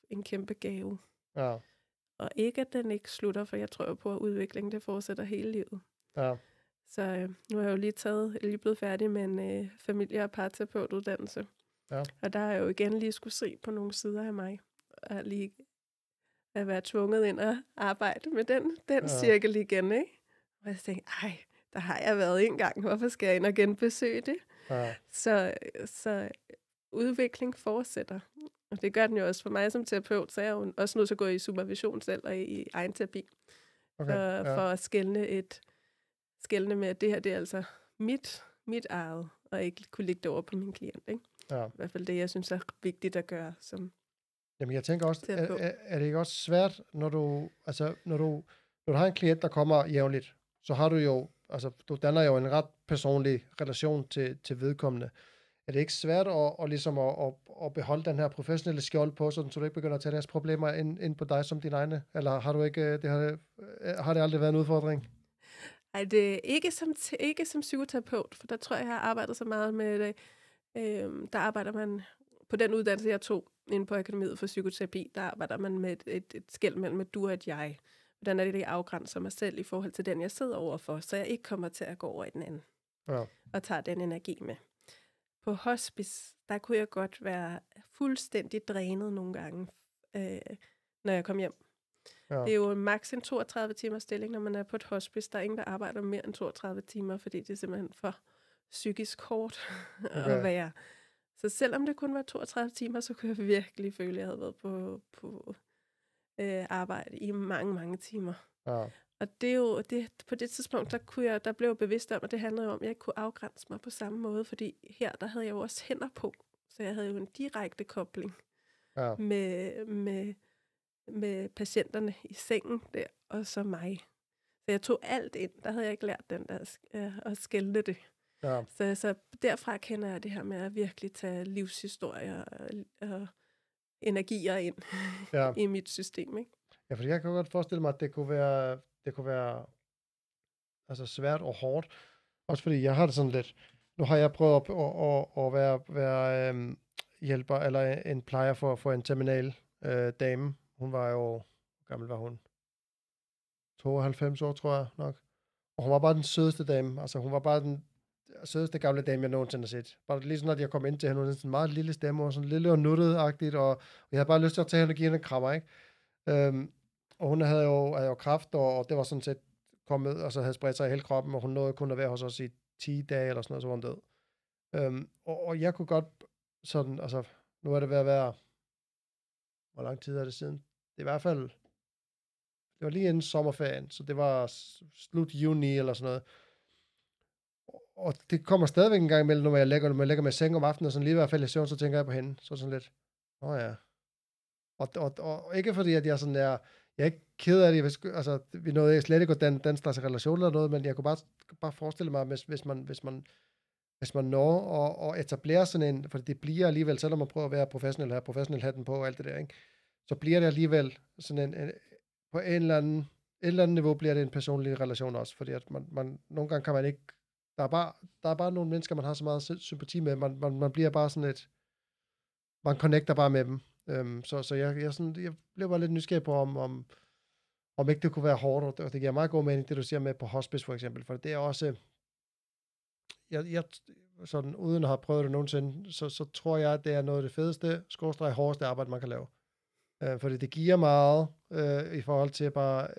en kæmpe gave. Ja. Og ikke, at den ikke slutter, for jeg tror jo på, at udviklingen det fortsætter hele livet. Ja. Så nu er jeg jo lige blevet færdig med en familie- og parterapeutuddannelse. Ja. Og der er jeg jo igen lige skulle se på nogle sider af mig. Og lige at være tvunget ind og arbejde med den cirkel igen, ikke? Og jeg tænkte, der har jeg været en gang. Hvorfor skal jeg ind og genbesøge det? Ja. Så udvikling fortsætter. Og det gør den jo også for mig som terapeut, så er jeg jo også nødt til at gå i supervision selv og i egen terapi. Okay, for at skelne med, at det her det er altså mit eget, og ikke kunne lægge det over på min klient. Ikke? Ja. I hvert fald det, jeg synes er vigtigt at gøre som Jamen jeg tænker også, terapeut. er det ikke også svært, når du har en klient, der kommer jævnligt, så har du jo, altså du danner jo en ret personlig relation til vedkommende. Er det ikke svært at beholde den her professionelle skjold på, så du ikke begynder at tage deres problemer ind på dig som din egne? Eller har du ikke, har det aldrig været en udfordring? Nej, det er ikke som psykoterapeut, for der tror jeg har arbejdet så meget med det. Der arbejder man på den uddannelse, jeg tog inde på Akademiet for Psykoterapi, der arbejder man med et skel mellem et du og et jeg. Hvordan er det, jeg afgrænser mig selv i forhold til den, jeg sidder overfor, så jeg ikke kommer til at gå over i den anden. Ja. Og tager den energi med. På hospice, der kunne jeg godt være fuldstændig drænet nogle gange, når jeg kom hjem. Ja. Det er jo maks en 32 timers stilling, når man er på et hospice. Der er ingen, der arbejder mere end 32 timer, fordi det er simpelthen for psykisk hårdt at være. Så selvom det kun var 32 timer, så kunne jeg virkelig føle, at jeg havde været på arbejde i mange, mange timer. Ja. Og det er jo, på det tidspunkt, der blev jeg bevidst om, at det handlede om, at jeg ikke kunne afgrænse mig på samme måde, fordi her, der havde jeg jo også hænder på, så jeg havde jo en direkte kobling med patienterne i sengen der, og så mig. Så jeg tog alt ind, der havde jeg ikke lært den der at skelne det. Ja. Så derfra kender jeg det her med at virkelig tage livshistorier og energier ind i mit system, ikke? Ja, for jeg kan godt forestille mig, at det kunne være altså svært og hårdt. Også fordi jeg har det sådan lidt. Nu har jeg prøvet at være hjælper eller en plejer for en terminal dame. Hun var jo, hvor gammel var hun? 92 år, tror jeg nok. Og hun var bare den sødeste dame. Altså hun var bare den sødeste gamle dame, jeg nogensinde har set. Bare lige sådan, at jeg kom ind til hende, hun havde sådan en meget lille stemme, og sådan lille og nuttet-agtigt, og jeg havde bare lyst til at tage hende og give hende en krammer, ikke? Og hun havde jo kræft, og det var sådan set kommet, og så havde spredt sig i hele kroppen, og hun nåede kun at være hos os i 10 dage, eller sådan noget, så var hun død. Og jeg kunne godt sådan, altså, nu er det ved at være, hvor lang tid er det siden? Det er i hvert fald, det var lige inden sommerferien, så det var slut juni, eller sådan noget. Og det kommer stadigvæk en gang imellem, når jeg lægger mig i seng om aftenen, og sådan lige i hvert fald i søvn, så tænker jeg på hende, så sådan lidt, ja. Og ikke fordi, at jeg sådan er, jeg er ikke ked af det, altså, vi nåede slet ikke den slags relation eller noget, men jeg kunne bare forestille mig, hvis man når at etablere sådan en, for det bliver alligevel, selvom man prøver at være professionel, have professionel hatten på og alt det der, ikke? Så bliver det alligevel sådan en på et eller andet niveau bliver det en personlig relation også, fordi at man nogle gange kan man ikke, der er bare nogle mennesker, man har så meget sympati med, man bliver bare sådan et, man connecter bare med dem. Så jeg blev bare lidt nysgerrig på, om ikke det kunne være hårdt, og det giver meget god mening, det du siger med på hospice for eksempel, for det er også, jeg sådan, uden at have prøvet det nogensinde, så tror jeg, at det er noget af det fedeste, hårdeste arbejde, man kan lave. Fordi det giver meget, i forhold til bare,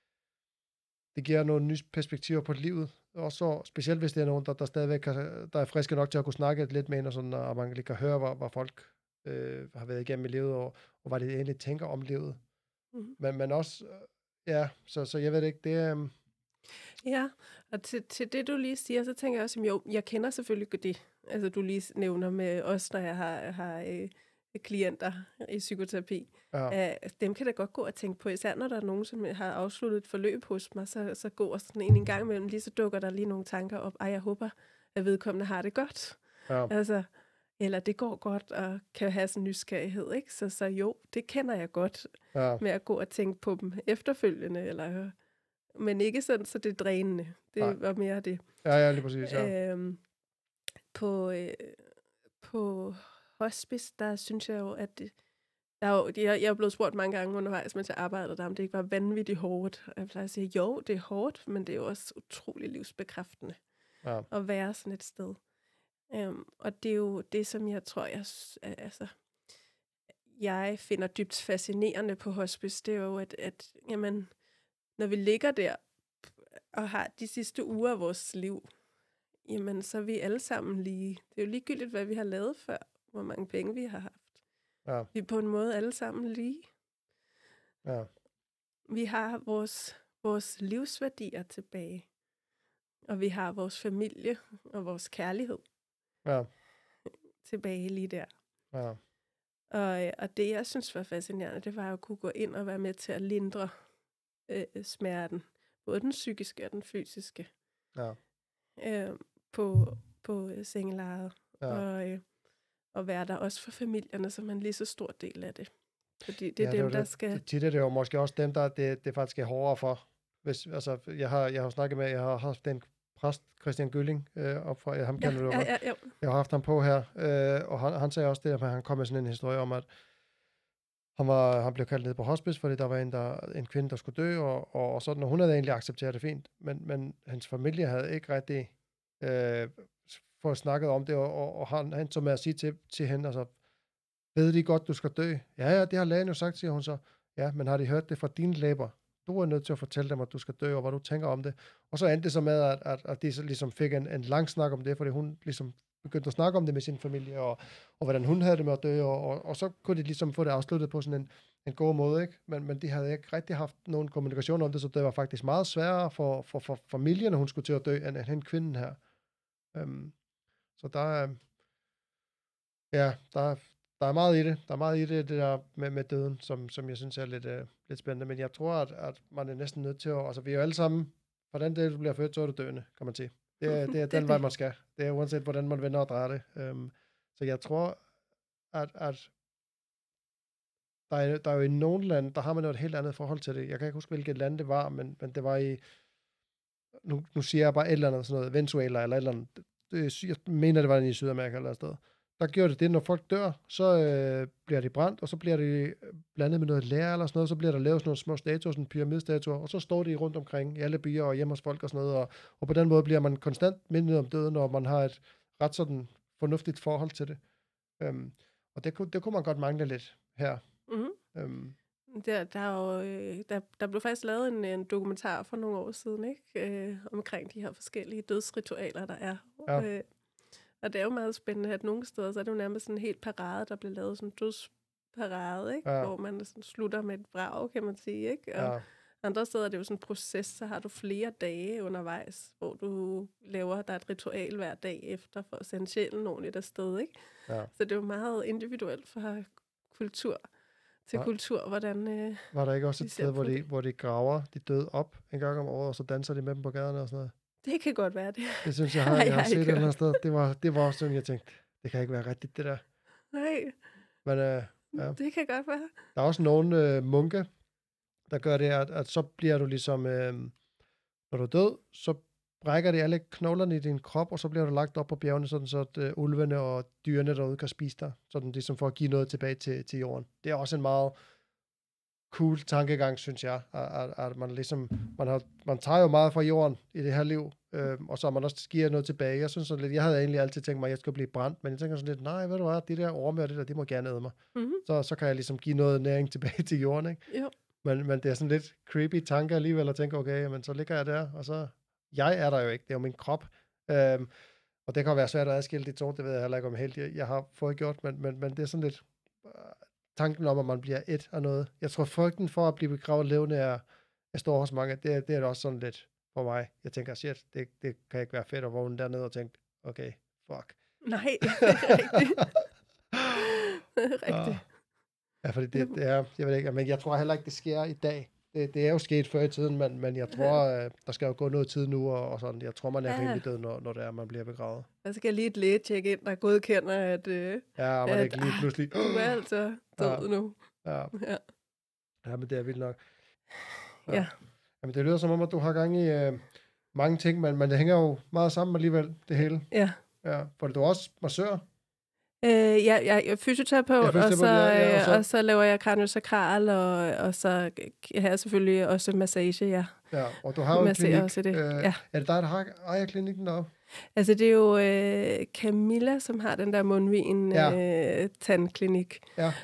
det giver nogle nye perspektiver på livet, også specielt hvis det er nogen, der stadigvæk der er friske nok til at kunne snakke lidt med en, og sådan, og man lige kan høre, hvad folk har været igennem i livet, og hvad de egentlig tænker om livet. Mm-hmm. Men også, så jeg ved ikke, det er... Ja, og til det, du lige siger, så tænker jeg også, jo, jeg kender selvfølgelig det, altså du lige nævner med os, når jeg har klienter i psykoterapi. Dem kan da godt gå og tænke på, især når der er nogen, som har afsluttet et forløb hos mig, så går sådan en gang imellem, lige så dukker der lige nogle tanker op, jeg håber, at vedkommende har det godt. Ja. Altså, eller det går godt, og kan have sådan en nysgerrighed, ikke? Så jo, det kender jeg godt, med at gå og tænke på dem efterfølgende, eller... Men ikke sådan, så det er drænende. Det var mere det. Ja, lige præcis, ja. På hospice, der synes jeg jo, at jeg er blevet spurgt mange gange undervejs, mens jeg arbejdede der, om det ikke var vanvittigt hårdt. Og jeg plejer at sige, jo, det er hårdt, men det er jo også utrolig livsbekræftende at være sådan et sted. Og det er jo det, som jeg tror, jeg finder dybt fascinerende på hospice. Det er jo, at jamen, når vi ligger der og har de sidste uger af vores liv, jamen, så er vi alle sammen lige. Det er jo ligegyldigt, hvad vi har lavet før, hvor mange penge vi har haft. Ja. Vi er på en måde alle sammen lige. Ja. Vi har vores livsværdier tilbage. Og vi har vores familie og vores kærlighed tilbage lige der. Ja. Og det, jeg synes var fascinerende, det var at kunne gå ind og være med til at lindre smerten. Både den psykiske og den fysiske. Ja. På sengelejet. Ja. Og være der også for familierne, som er en lige så stor del af det. Fordi det er dem, der skal... Tit er det jo måske også dem, der det faktisk er hårdere for. Hvis, altså, jeg har snakket med, jeg har haft den præst, Christian Gylling, op fra, ham kender du godt. Ja. Jeg har haft ham på her, og han sagde også det, at han kom med sådan en historie om, at han blev kaldt ned på hospice, fordi der var en kvinde, der skulle dø, og sådan, og hun havde egentlig accepteret det fint, men hans familie havde ikke rigtig fået snakket om det, og han tog med at sige til hende, altså, ved de godt, du skal dø? Ja, det har lægen jo sagt, siger hun så. Ja, men har de hørt det fra dine læber? Du er nødt til at fortælle dem, at du skal dø, og hvad du tænker om det. Og så endte det så med, at de så ligesom fik en lang snak om det, fordi hun ligesom begyndte at snakke om det med sin familie, og hvordan hun havde det med at dø, og så kunne de ligesom få det afsluttet på sådan en god måde, ikke? Men de havde ikke rigtig haft nogen kommunikation om det, så det var faktisk meget sværere for familien, når hun skulle til at dø, end hende kvinden her. Så der er meget i det. Der er meget i det der med døden, som jeg synes er lidt spændende. Men jeg tror, at man er næsten nødt til at... Altså, vi er jo alle sammen... Hvordan det, du bliver født, så er du døende, kan man sige. Det er den vej, man skal. Det er uanset, hvordan man vender og drejer det. Så jeg tror, at der er jo i nogle lande, der har man jo et helt andet forhold til det. Jeg kan ikke huske, hvilket land det var, men det var i... Nu siger jeg bare et eller andet, sådan noget, Venezuela eller et eller andet. Jeg mener, det var i Sydamerika eller et sted. Der gjorde det, når folk dør, så bliver de brændt, og så bliver de blandet med noget ler eller sådan noget, så bliver der lavet sådan nogle små statuer, sådan pyramidestatuer, og så står de rundt omkring i alle byer og hjemme hos folk og sådan noget, og på den måde bliver man konstant mindet om døden, når man har et ret sådan fornuftigt forhold til det. Og det kunne man godt mangle lidt her. Mm-hmm. Der blev faktisk lavet en dokumentar for nogle år siden, ikke? Omkring de her forskellige dødsritualer, der er. Ja. Og det er jo meget spændende, at nogle steder, så er det jo nærmest sådan en helt parade, der bliver lavet sådan en dødsparade, ikke? Ja. Hvor man sådan slutter med et brag, kan man sige, ikke? Og andre steder er det jo sådan en proces, så har du flere dage undervejs, hvor du laver der et ritual hver dag efter, for at sende sjælen ordentligt afsted, ikke? Ja. Så det er jo meget individuelt fra kultur til kultur, hvordan... Var der ikke også et sted, hvor de graver de døde op en gang om året, og så danser de med dem på gaderne og sådan noget? Det kan godt være det. Det synes jeg har set et eller andet sted. Det var også sådan, jeg tænkte, det kan ikke være rigtigt, det der. Nej. Men det kan godt være. Der er også nogle munke, der gør det, at så bliver du ligesom, når du er død, så brækker de alle knoglerne i din krop, og så bliver du lagt op på bjergene, sådan så at ulvene og dyrene derude kan spise dig, sådan ligesom for at give noget tilbage til jorden. Det er også en meget cool tankegang, synes jeg, at man ligesom, man tager jo meget fra jorden i det her liv, og så man også giver noget tilbage. Jeg synes sådan lidt, jeg havde egentlig altid tænkt mig, at jeg skulle blive brændt, men jeg tænker sådan lidt, nej, ved du hvad, det der orme og det der, det må gerne æde mig. Mm-hmm. Så kan jeg ligesom give noget næring tilbage til jorden, ikke? Jo. Men det er sådan lidt creepy tanke alligevel, at tænke, okay, men så ligger jeg der, og så, jeg er der jo ikke, det er jo min krop. Og det kan være svært at adskille de to, det ved jeg heller ikke om helt, jeg har fået gjort, men det er sådan lidt, tanken om, at man bliver et af noget. Jeg tror, frygten for at blive begravet levende er stor hos mange. Det er også sådan lidt for mig. Jeg tænker, shit, det kan ikke være fedt at vågne dernede og tænke, okay, fuck. Nej, det er rigtigt. Rigtigt. Ja, fordi det er, jeg ved ikke, men jeg tror heller ikke, det sker i dag. Det er jo sket før i tiden, men jeg tror, der skal jo gå noget tid nu, og sådan. Jeg tror, man er rimelig død, når det er, man bliver begravet. Der skal lige et lægetjek ind, der godkender, at, man er ikke lige pludselig... Du er altså død nu. Ja, men det er vildt nok. Ja. Jamen, det lyder som om, at du har gang i mange ting, men det hænger jo meget sammen alligevel, det hele. Ja. Ja, for du er også massør. Jeg er fysioterapeut, Ja, og så laver jeg kraniosakral, og så har jeg selvfølgelig også massage, ja. Ja, og du har jo en Masserer klinik. også det. Ja. Er det dig, der ejer klinikken deroppe? Altså, det er jo Camilla, som har den der mundvin tandklinik. Ja.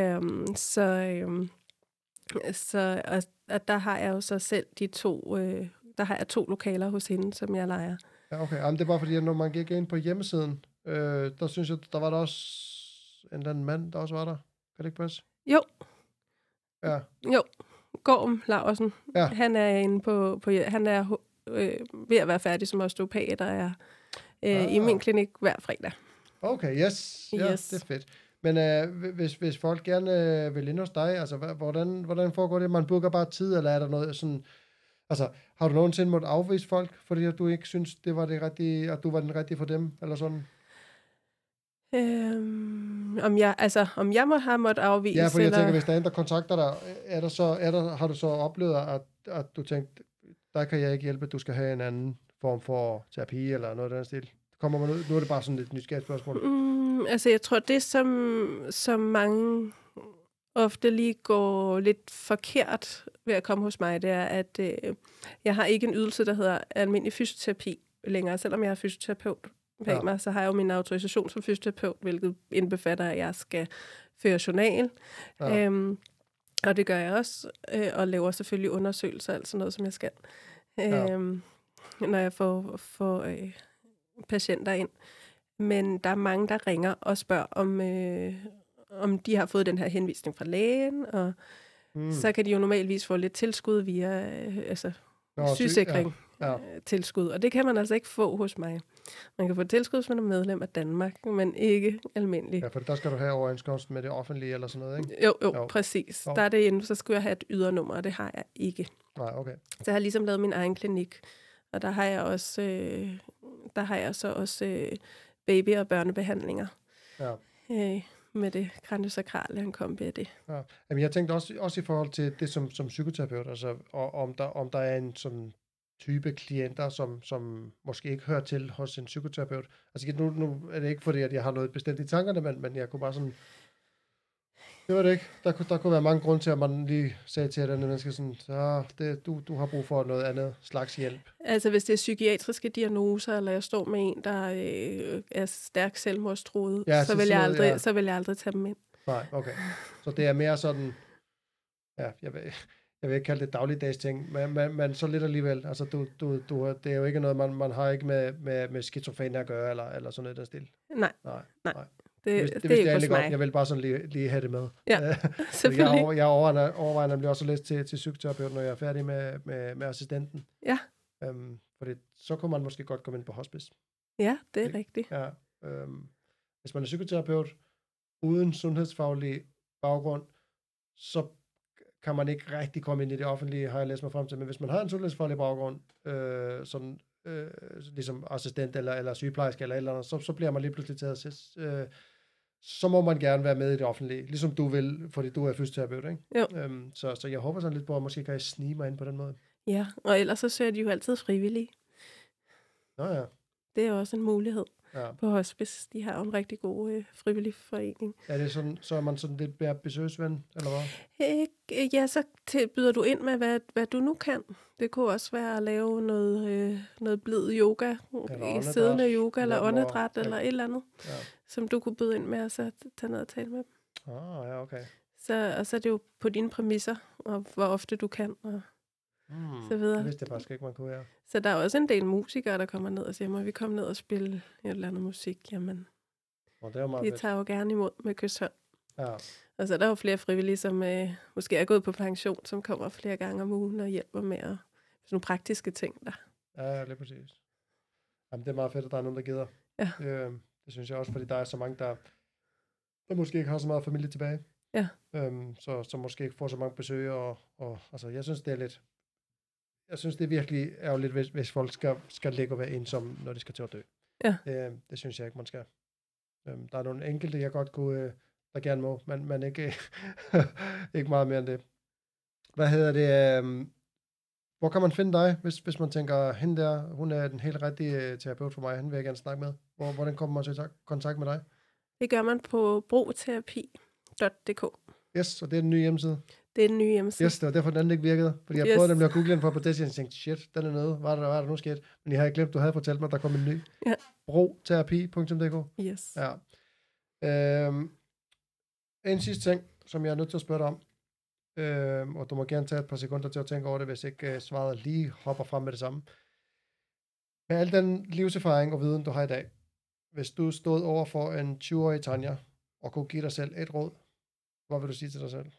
Og der har jeg jo så selv der har jeg 2 lokaler hos hende, som jeg lejer. Ja, okay. Jamen, det er bare fordi, at når man gik ind på hjemmesiden, der synes jeg, der var der også en eller anden mand, der også var der. Kan det ikke passe? Jo. Ja. Jo. Gorm Laursen. Ja. Han er inde på han er ved at være færdig som osteopat, og er i min klinik hver fredag. Okay, yes. Ja, Yes. det er fedt. Men hvis folk gerne vil ind hos dig, altså hvordan foregår det? Man booker bare tid, eller er der noget sådan... Altså, har du nogensinde måttet afvise folk, fordi at du ikke synes, det var det rigtige, at du var den rigtige for dem, eller sådan? Om jeg må have måttet afvise? Ja, fordi eller... jeg tænker, hvis der er en, der kontakter dig, har du så oplevet, at du tænkte, der kan jeg ikke hjælpe, du skal have en anden form for terapi, eller noget af den stil? Kommer man ud? Nu er det bare sådan et nysgerrigt spørgsmål. Jeg tror, det som mange ofte lige går lidt forkert ved at komme hos mig, det er, at jeg har ikke en ydelse, der hedder almindelig fysioterapi længere. Selvom jeg er fysioterapeut bag mig, så har jeg jo min autorisation som fysioterapeut, hvilket indbefatter, at jeg skal føre journal. Ja. Og det gør jeg også, og laver selvfølgelig undersøgelser, altså noget, som jeg skal, når jeg får patienter ind. Men der er mange, der ringer og spørger, om de har fået den her henvisning fra lægen, og så kan de jo normalvis få lidt tilskud via sygesikring. Tilskud, og det kan man altså ikke få hos mig. Man kan få tilskud, hvis man er medlem af Danmark, men ikke almindeligt. Ja, for der skal du have overenskomst med det offentlige eller sådan noget, ikke? Jo, præcis. Der er det inde, så skulle jeg have et ydernummer, og det har jeg ikke. Nej, okay. Så jeg har ligesom lavet min egen klinik, og der har jeg også baby- og børnebehandlinger. Ja. Med det kraniosakrale, en kombi af det. Ja. Jamen, jeg tænkte også i forhold til det som psykoterapeut, altså om der er en sådan type klienter, som måske ikke hører til hos en psykoterapeut. Altså nu er det ikke fordi, at jeg har noget bestemt i tankerne, men jeg kunne bare sådan... Det var det ikke. Der kunne være mange grunde til, at man lige sagde til den menneske sådan, du har brug for noget andet slags hjælp. Altså hvis det er psykiatriske diagnoser, eller jeg står med en, der er stærkt selvmordstruet, så vil jeg aldrig tage dem ind. Nej, okay. Så det er mere sådan, jeg vil ikke kalde det dagligdags ting, men så lidt alligevel. Altså det er jo ikke noget, man har ikke med skizofreni at gøre, eller sådan noget den stil. Nej. Det er ikke hos mig. Jeg vil bare sådan lige have det med. Ja, selvfølgelig. Jeg overvejer nemlig også at læse til psykoterapeut, når jeg er færdig med assistenten. Ja. Fordi så kunne man måske godt komme ind på hospice. Ja, det er rigtigt. Ja. Hvis man er psykoterapeut uden sundhedsfaglig baggrund, så kan man ikke rigtig komme ind i det offentlige, har jeg læst mig frem til. Men hvis man har en sundhedsfaglig baggrund, sådan ligesom assistent eller sygeplejerske eller et eller andet, så bliver man lige pludselig taget så må man gerne være med i det offentlige, ligesom du vil, fordi du er fysioterapeut, ikke? Jo. Så jeg håber sådan lidt på, at måske kan jeg snige mig ind på den måde. Ja, og ellers så søger de jo altid frivillige. Nå ja. Det er også en mulighed på hospice. De har jo en rigtig god frivillig forening. Er det sådan, så er man sådan lidt mere besøgsven, eller hvad? Ja, så byder du ind med, hvad du nu kan. Det kunne også være at lave noget blid yoga, siddende yoga, eller åndedræt, eller et eller andet, som du kunne byde ind med, og så tage ned og tale med dem. Ja, okay. Og så er det jo på dine præmisser, og hvor ofte du kan, og så videre. Det vidste jeg faktisk ikke, man kunne være. Så der er også en del musikere, der kommer ned og siger, må vi komme ned og spille et eller andet musik? Jamen, det er meget de tager jo gerne imod med kysshånd. Ja. Og så er der jo flere frivillige, som måske er gået på pension, som kommer flere gange om ugen og hjælper med sådan nogle praktiske ting der. Ja, lige præcis. Jamen, det er meget fedt, at der er nogen, der gider. Ja. Det synes jeg også, fordi der er så mange, der måske ikke har så meget familie tilbage. Ja. Så måske ikke får så mange besøg, og altså, jeg synes, det er lidt... Jeg synes, det er virkelig ærgerligt, hvis folk skal ligge og være ensomme, når de skal til at dø. Ja. Det synes jeg ikke, man skal. Der er nogle enkelte, jeg godt kunne, der gerne må, men ikke, ikke meget mere end det. Hvad hedder det? Hvor kan man finde dig, hvis man tænker, hende der, hun er den helt rigtige terapeut for mig, hende vil jeg gerne snakke med. Hvordan kommer man så i kontakt med dig? Det gør man på brugterapi.dk. Yes, og det er den nye hjemmeside. Det er den nye hjemmeside. Yes, det var derfor, den ikke virkede. Fordi jeg prøvede nemlig at google den på det, og jeg tænkte, shit, den er nede. Hvad er der nu sket? Men jeg havde glemt, du havde fortalt mig, at der kom en ny. Ja. Brugterapi.dk. Yes. Ja. En sidste ting, som jeg er nødt til at spørge dig om, og du må gerne tage et par sekunder til at tænke over det, hvis ikke svaret lige hopper frem med det samme. Med al den livserfaring og viden, du har i dag, hvis du stod over for en 20-årig Tanja, og kunne give dig selv et råd, hvad vil du sige til dig selv?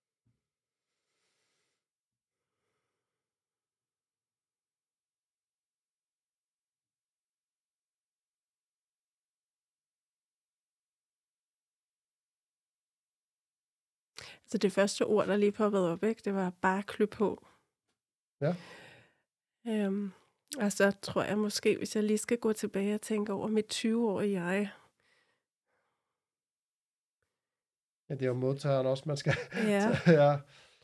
Så det første ord, der lige poppede op, ikke? Det var bare klø på. Ja. Og så tror jeg måske, hvis jeg lige skal gå tilbage og tænke over mit 20-årige jeg. Ja, det er jo modtageren også, man skal... Ja. Ja.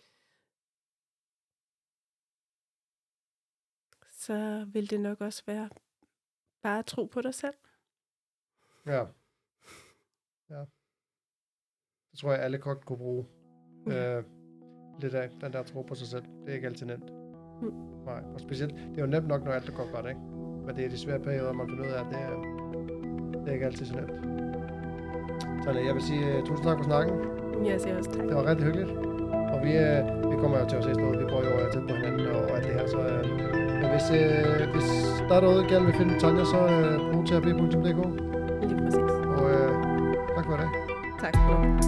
Så vil det nok også være bare at tro på dig selv. Ja. Ja. Det tror jeg, alle godt kunne bruge lidt af, den der tro på sig selv. Det er ikke altid nemt. Nej, og specielt, det er jo nemt nok, når alt går godt, ikke? Men det er de svære perioder, man finder ud af, det er ikke altid så nemt. Så jeg vil sige tusind tak for snakken. Jeg siger også tak. Det var rigtig hyggeligt. Og vi kommer jo til at ses noget. Vi bor jo tæt på hinanden og alt det her. Så hvis der er derude, gerne vil finde Tanja, så brugterapi.dk. Lige præcis. Og tak for det. Tak for det.